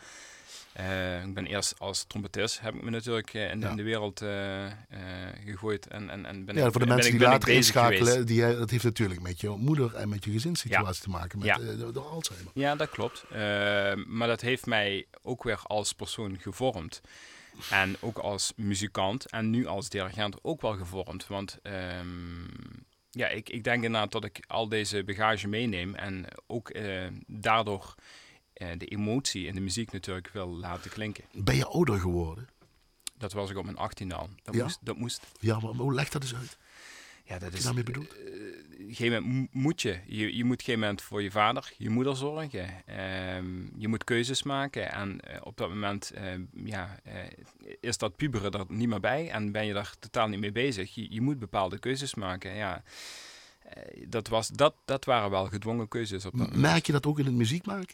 Uh, ik ben eerst als trompetist, heb ik me natuurlijk uh, in, ja. in de wereld uh, uh, gegooid. En, en, en ben ja, ik, voor de ben mensen ik, die ben later inschakelen, die, dat heeft natuurlijk met je moeder en met je gezinssituatie ja. te maken, met ja. uh, de, de Alzheimer. Ja, dat klopt. Uh, maar dat heeft mij ook weer als persoon gevormd. En ook als muzikant en nu als dirigent ook wel gevormd. Want um, ja, ik, ik denk inderdaad dat ik al deze bagage meeneem en ook uh, daardoor uh, de emotie in de muziek natuurlijk wil laten klinken. Ben je ouder geworden? Dat was ik op mijn achttiende al. Dat, ja? moest, dat moest. Ja, maar hoe leg dat eens uit? Ja, dat Wat is. je daarmee bedoelt? Uh, op een gegeven moment moet je. je. Je moet op een gegeven moment voor je vader, je moeder zorgen. Um, je moet keuzes maken. En uh, op dat moment uh, ja, uh, is dat puberen er niet meer bij. En ben je daar totaal niet mee bezig. Je, je moet bepaalde keuzes maken. Ja, uh, dat, was, dat, dat waren wel gedwongen keuzes. Op dat M- Merk je dat ook in het muziek maken?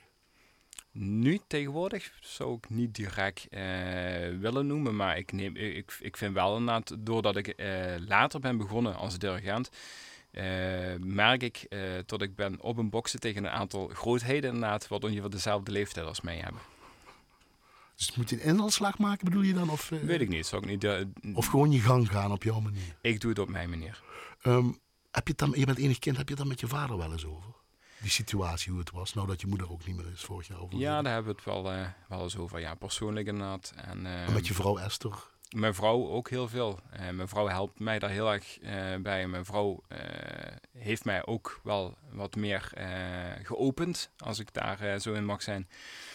Nu tegenwoordig zou ik niet direct uh, willen noemen, maar ik, neem, ik, ik vind wel inderdaad, doordat ik uh, later ben begonnen als dirigent, uh, merk ik uh, dat ik ben op een boksen tegen een aantal grootheden inderdaad, wat ongeveer dezelfde leeftijd als mij hebben. Dus moet je een inhaalslag maken, bedoel je dan? Of, uh, Weet ik niet. Zal ik niet uh, of gewoon je gang gaan op jouw manier? Ik doe het op mijn manier. Um, heb je, het dan, je bent enig kind, heb je het dan met je vader wel eens over? Die situatie, hoe het was, nou dat je moeder ook niet meer is vorig jaar over. Ja, daar hebben we het wel, uh, wel eens over. Ja, persoonlijk inderdaad. En, uh, en met je vrouw Esther? Mijn vrouw ook heel veel. Uh, mijn vrouw helpt mij daar heel erg uh, bij. Mijn vrouw uh, heeft mij ook wel wat meer uh, geopend, als ik daar uh, zo in mag zijn.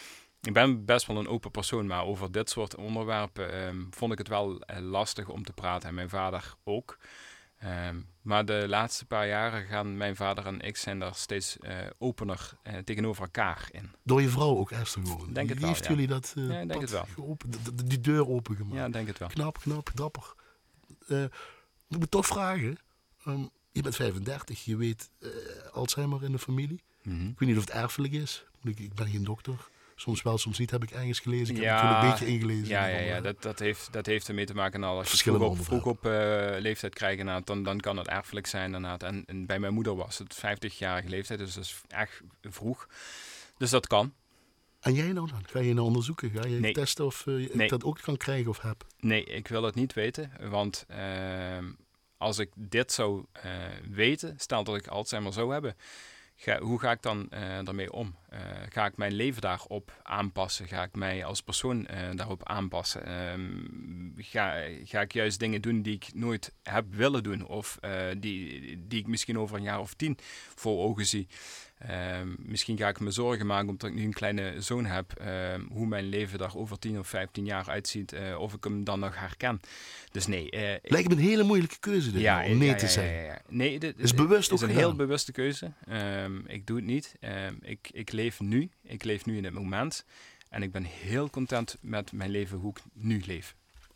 Ik ben best wel een open persoon, maar over dit soort onderwerpen um, vond ik het wel uh, lastig om te praten. En mijn vader ook. Um, maar de laatste paar jaren gaan mijn vader en ik zijn daar steeds uh, opener uh, tegenover elkaar in. Door je vrouw ook, Esther, gewoon? Denk het wel, heeft ja. jullie dat uh, ja, denk het wel. Geopend, die, die deur opengemaakt? Ja, denk het wel. Knap, knap, dapper. Uh, ik moet toch vragen. Um, je bent vijfendertig, je weet uh, Alzheimer in de familie. Mm-hmm. Ik weet niet of het erfelijk is. Ik, ik ben geen dokter. Soms wel, soms niet, heb ik ergens gelezen. Ik ja, heb natuurlijk een beetje ingelezen. Ja, ja, ja. Dat, dat, heeft, dat heeft ermee te maken. Al als je vroeg op, vroeg op uh, leeftijd krijgt, dan, dan kan het erfelijk zijn. En, en bij mijn moeder was het vijftigjarige leeftijd, dus dat is echt vroeg. Dus dat kan. En jij nou dan? Ga je nou onderzoeken? Ga je nee. testen of uh, ik nee. dat ook kan krijgen of heb? Nee, ik wil het niet weten. Want uh, als ik dit zou uh, weten, stel dat ik Alzheimer zou hebben... Ga, hoe ga ik dan uh, daarmee om? Uh, ga ik mijn leven daarop aanpassen? Ga ik mij als persoon uh, daarop aanpassen? Um, ga, ga ik juist dingen doen die ik nooit heb willen doen? Of uh, die, die ik misschien over een jaar of tien voor ogen zie? Um, misschien ga ik me zorgen maken omdat ik nu een kleine zoon heb. Um, hoe mijn leven daar over tien of vijftien jaar uitziet. Uh, of ik hem dan nog herken. Dus nee. Uh, Lijkt me een hele moeilijke keuze dit, ja, om nee ja, te ja, zeggen. Ja, ja, ja. Nee, dit is bewust is ook een gedaan. heel bewuste keuze. Um, ik doe het niet. Um, ik, ik leef nu. Ik leef nu in het moment. En ik ben heel content met mijn leven, hoe ik nu leef.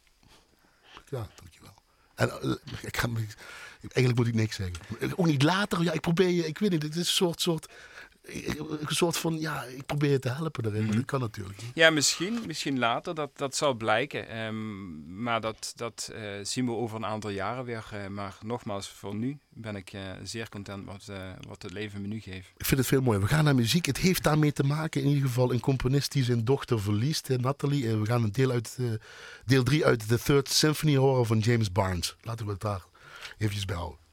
Ja, dankjewel. En uh, ik ga, eigenlijk moet ik niks zeggen. Ook niet later. Ja, ik probeer je, ik weet niet, het is een soort, soort, een soort van, ja, ik probeer je te helpen daarin, mm-hmm. maar dat kan natuurlijk niet. Ja, misschien, misschien later, dat, dat zal blijken. Um, maar dat, dat uh, zien we over een aantal jaren weer. Uh, maar nogmaals, voor nu ben ik uh, zeer content wat, uh, wat het leven me nu geeft. Ik vind het veel mooier. We gaan naar muziek. Het heeft daarmee te maken, in ieder geval, een componist die zijn dochter verliest, uh, Nathalie. Uh, we gaan een deel uit, uh, deel drie uit de Third Symphony horen van James Barnes. Laten we het daar eventjes bij houden.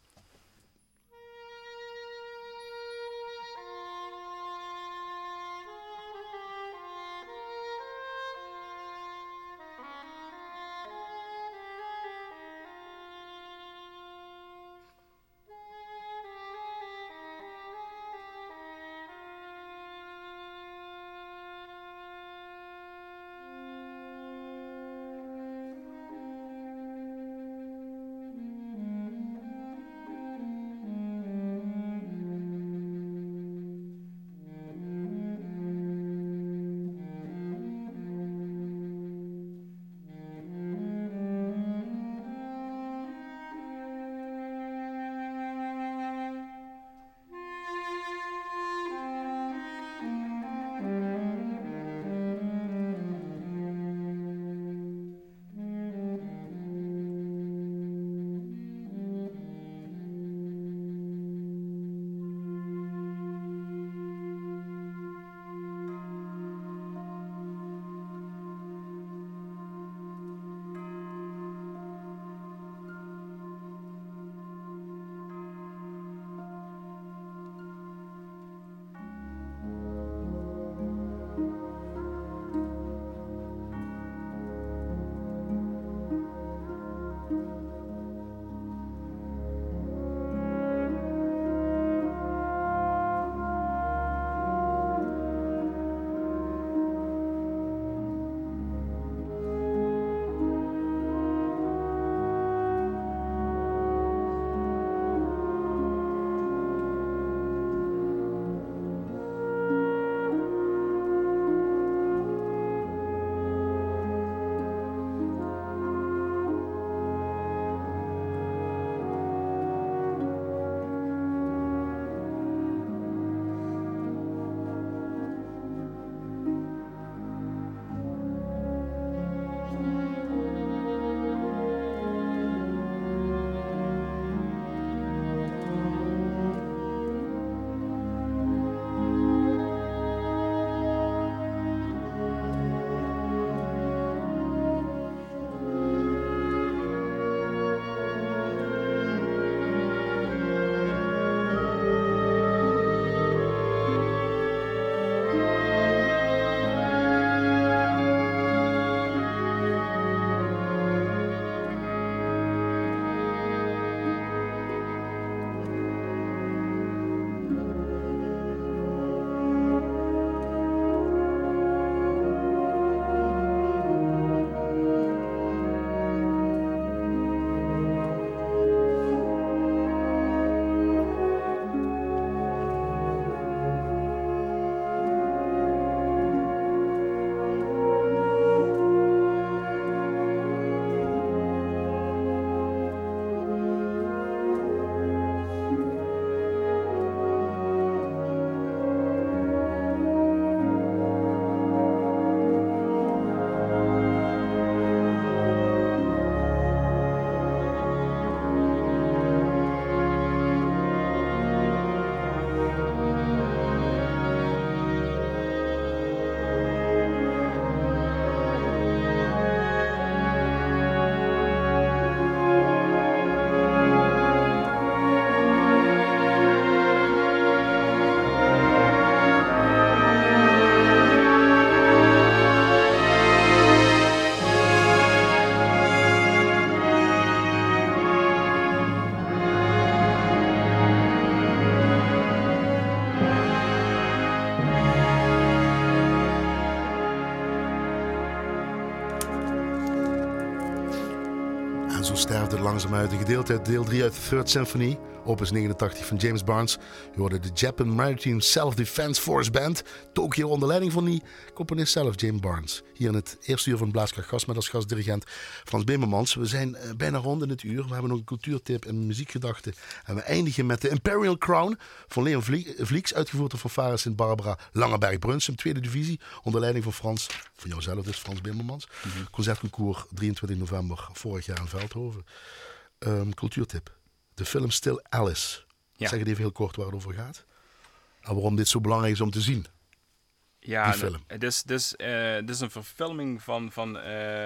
En zo sterfde het langzaam uit. Een gedeelte uit deel drie uit de Third Symphony. Opus negenentachtig van James Barnes. Je hoorde de Japan Maritime Self-Defense Force Band. Tokyo onder leiding van die componist zelf, James Barnes. Hier in het eerste uur van Blaaskracht Gast met als gastdirigent Frans Bemermans. We zijn uh, bijna rond in het uur. We hebben nog een cultuurtip en muziekgedachte. En we eindigen met de Imperial Crown van Leon Vlieks. Uitgevoerd door Fanfare Sint-Barbara Langeberg-Brunsum. Tweede divisie onder leiding van Frans. Van jouzelf dus, Frans Bemermans. Mm-hmm. Concertconcours drieëntwintig november vorig jaar in Veldhoven. Um, cultuurtip. De film Still Alice. Ja. Zeg het even heel kort waar het over gaat. En waarom dit zo belangrijk is om te zien. Ja, die film. Het is, dus, uh, dit is een verfilming van, van,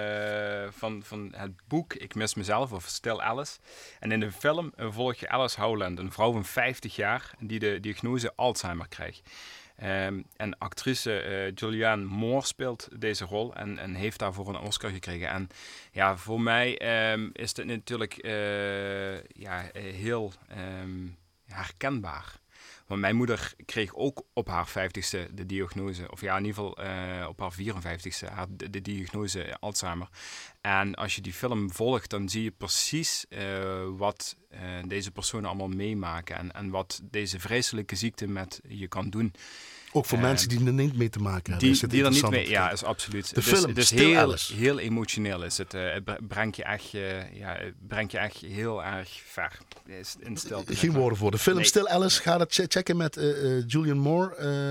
uh, van, van het boek Ik mis mezelf, of Still Alice. En in de film uh, volg je Alice Howland, een vrouw van vijftig jaar die de diagnose Alzheimer krijgt. Um, en actrice uh, Julianne Moore speelt deze rol en, en heeft daarvoor een Oscar gekregen. En ja, voor mij um, is dit natuurlijk uh, ja, heel um, herkenbaar. Want mijn moeder kreeg ook op haar vijftigste de diagnose, of ja, in ieder geval uh, op haar vierenvijftigste haar de, de diagnose Alzheimer. En als je die film volgt, dan zie je precies uh, wat uh, deze personen allemaal meemaken en, en wat deze vreselijke ziekte met je kan doen. Ook voor uh, mensen die er niet mee te maken hebben. Die, die er niet mee, ja, is absoluut. De film, dus Still heel, Alice. heel emotioneel is het. Uh, het brengt je echt, uh, ja, het brengt je echt heel erg ver in stilte. Geen woorden voor. De film nee. Still Alice, ga dat checken met uh, uh, Julianne Moore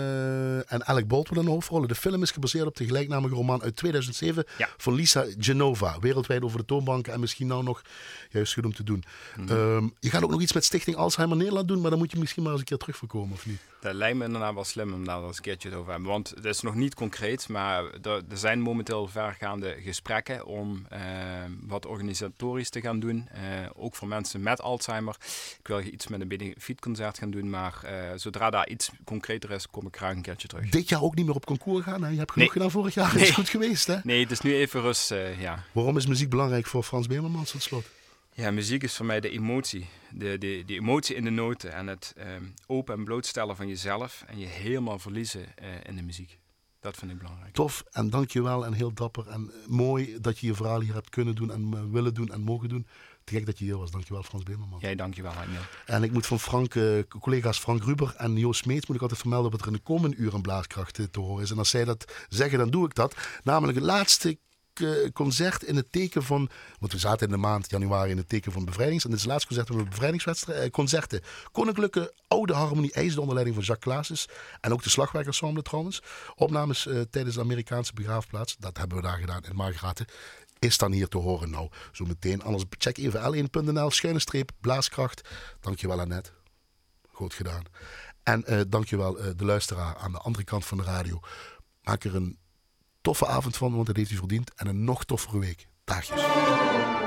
uh, en Alec Baldwin in de hoofdrollen. De film is gebaseerd op de gelijknamige roman uit tweeduizend zeven ja. van Lisa Genova. Wereldwijd over de toonbanken en misschien nou nog juist goed om te doen. Mm-hmm. Um, je gaat ook nog iets met Stichting Alzheimer Nederland doen, maar dan moet je misschien maar eens een keer terug voorkomen, of niet? Dat lijkt me inderdaad wel slim om daar eens een keertje over te hebben. Want het is nog niet concreet, maar er, er zijn momenteel vergaande gesprekken om uh, wat organisatorisch te gaan doen. Uh, ook voor mensen met Alzheimer. Ik wil iets met een benefietconcert gaan doen, maar uh, zodra daar iets concreter is, kom ik graag een keertje terug. Dit jaar ook niet meer op concours gaan? Hè? Je hebt genoeg nee. gedaan vorig jaar. Het nee. is goed geweest, hè? Nee, het is nu even rust, uh, ja. Waarom is muziek belangrijk voor Frans Bemermans tot slot? Ja, muziek is voor mij de emotie. De, de, de emotie in de noten en het um, open en blootstellen van jezelf en je helemaal verliezen uh, in de muziek. Dat vind ik belangrijk. Tof en dankjewel en heel dapper en uh, mooi dat je je verhaal hier hebt kunnen doen en uh, willen doen en mogen doen. Te gek dat je hier was. Dankjewel Frans Bemermans. Jij dankjewel Emil. En ik moet van Frank, uh, collega's Frank Ruber en Joost Smeets moet ik altijd vermelden dat er in de komende uur een Blaaskracht uh, te horen is. En als zij dat zeggen, dan doe ik dat. Namelijk het laatste concert in het teken van, want we zaten in de maand januari in het teken van bevrijdings, en dit is het laatste concert van de bevrijdingswedstrijd, concerten. Koninklijke Oude Harmonie IJs, onder leiding van Jacques Claassens en ook de Slagwerkensemble trouwens. Opnames uh, tijdens de Amerikaanse begraafplaats, dat hebben we daar gedaan in Margraten. Is dan hier te horen nou, zo meteen. Anders check even l één punt n l, schuine streep, Blaaskracht. Dankjewel Annette. Goed gedaan. En uh, dankjewel uh, de luisteraar aan de andere kant van de radio. Maak er een toffe avond van, want dat heeft u verdiend. En een nog toffere week. Dagjes.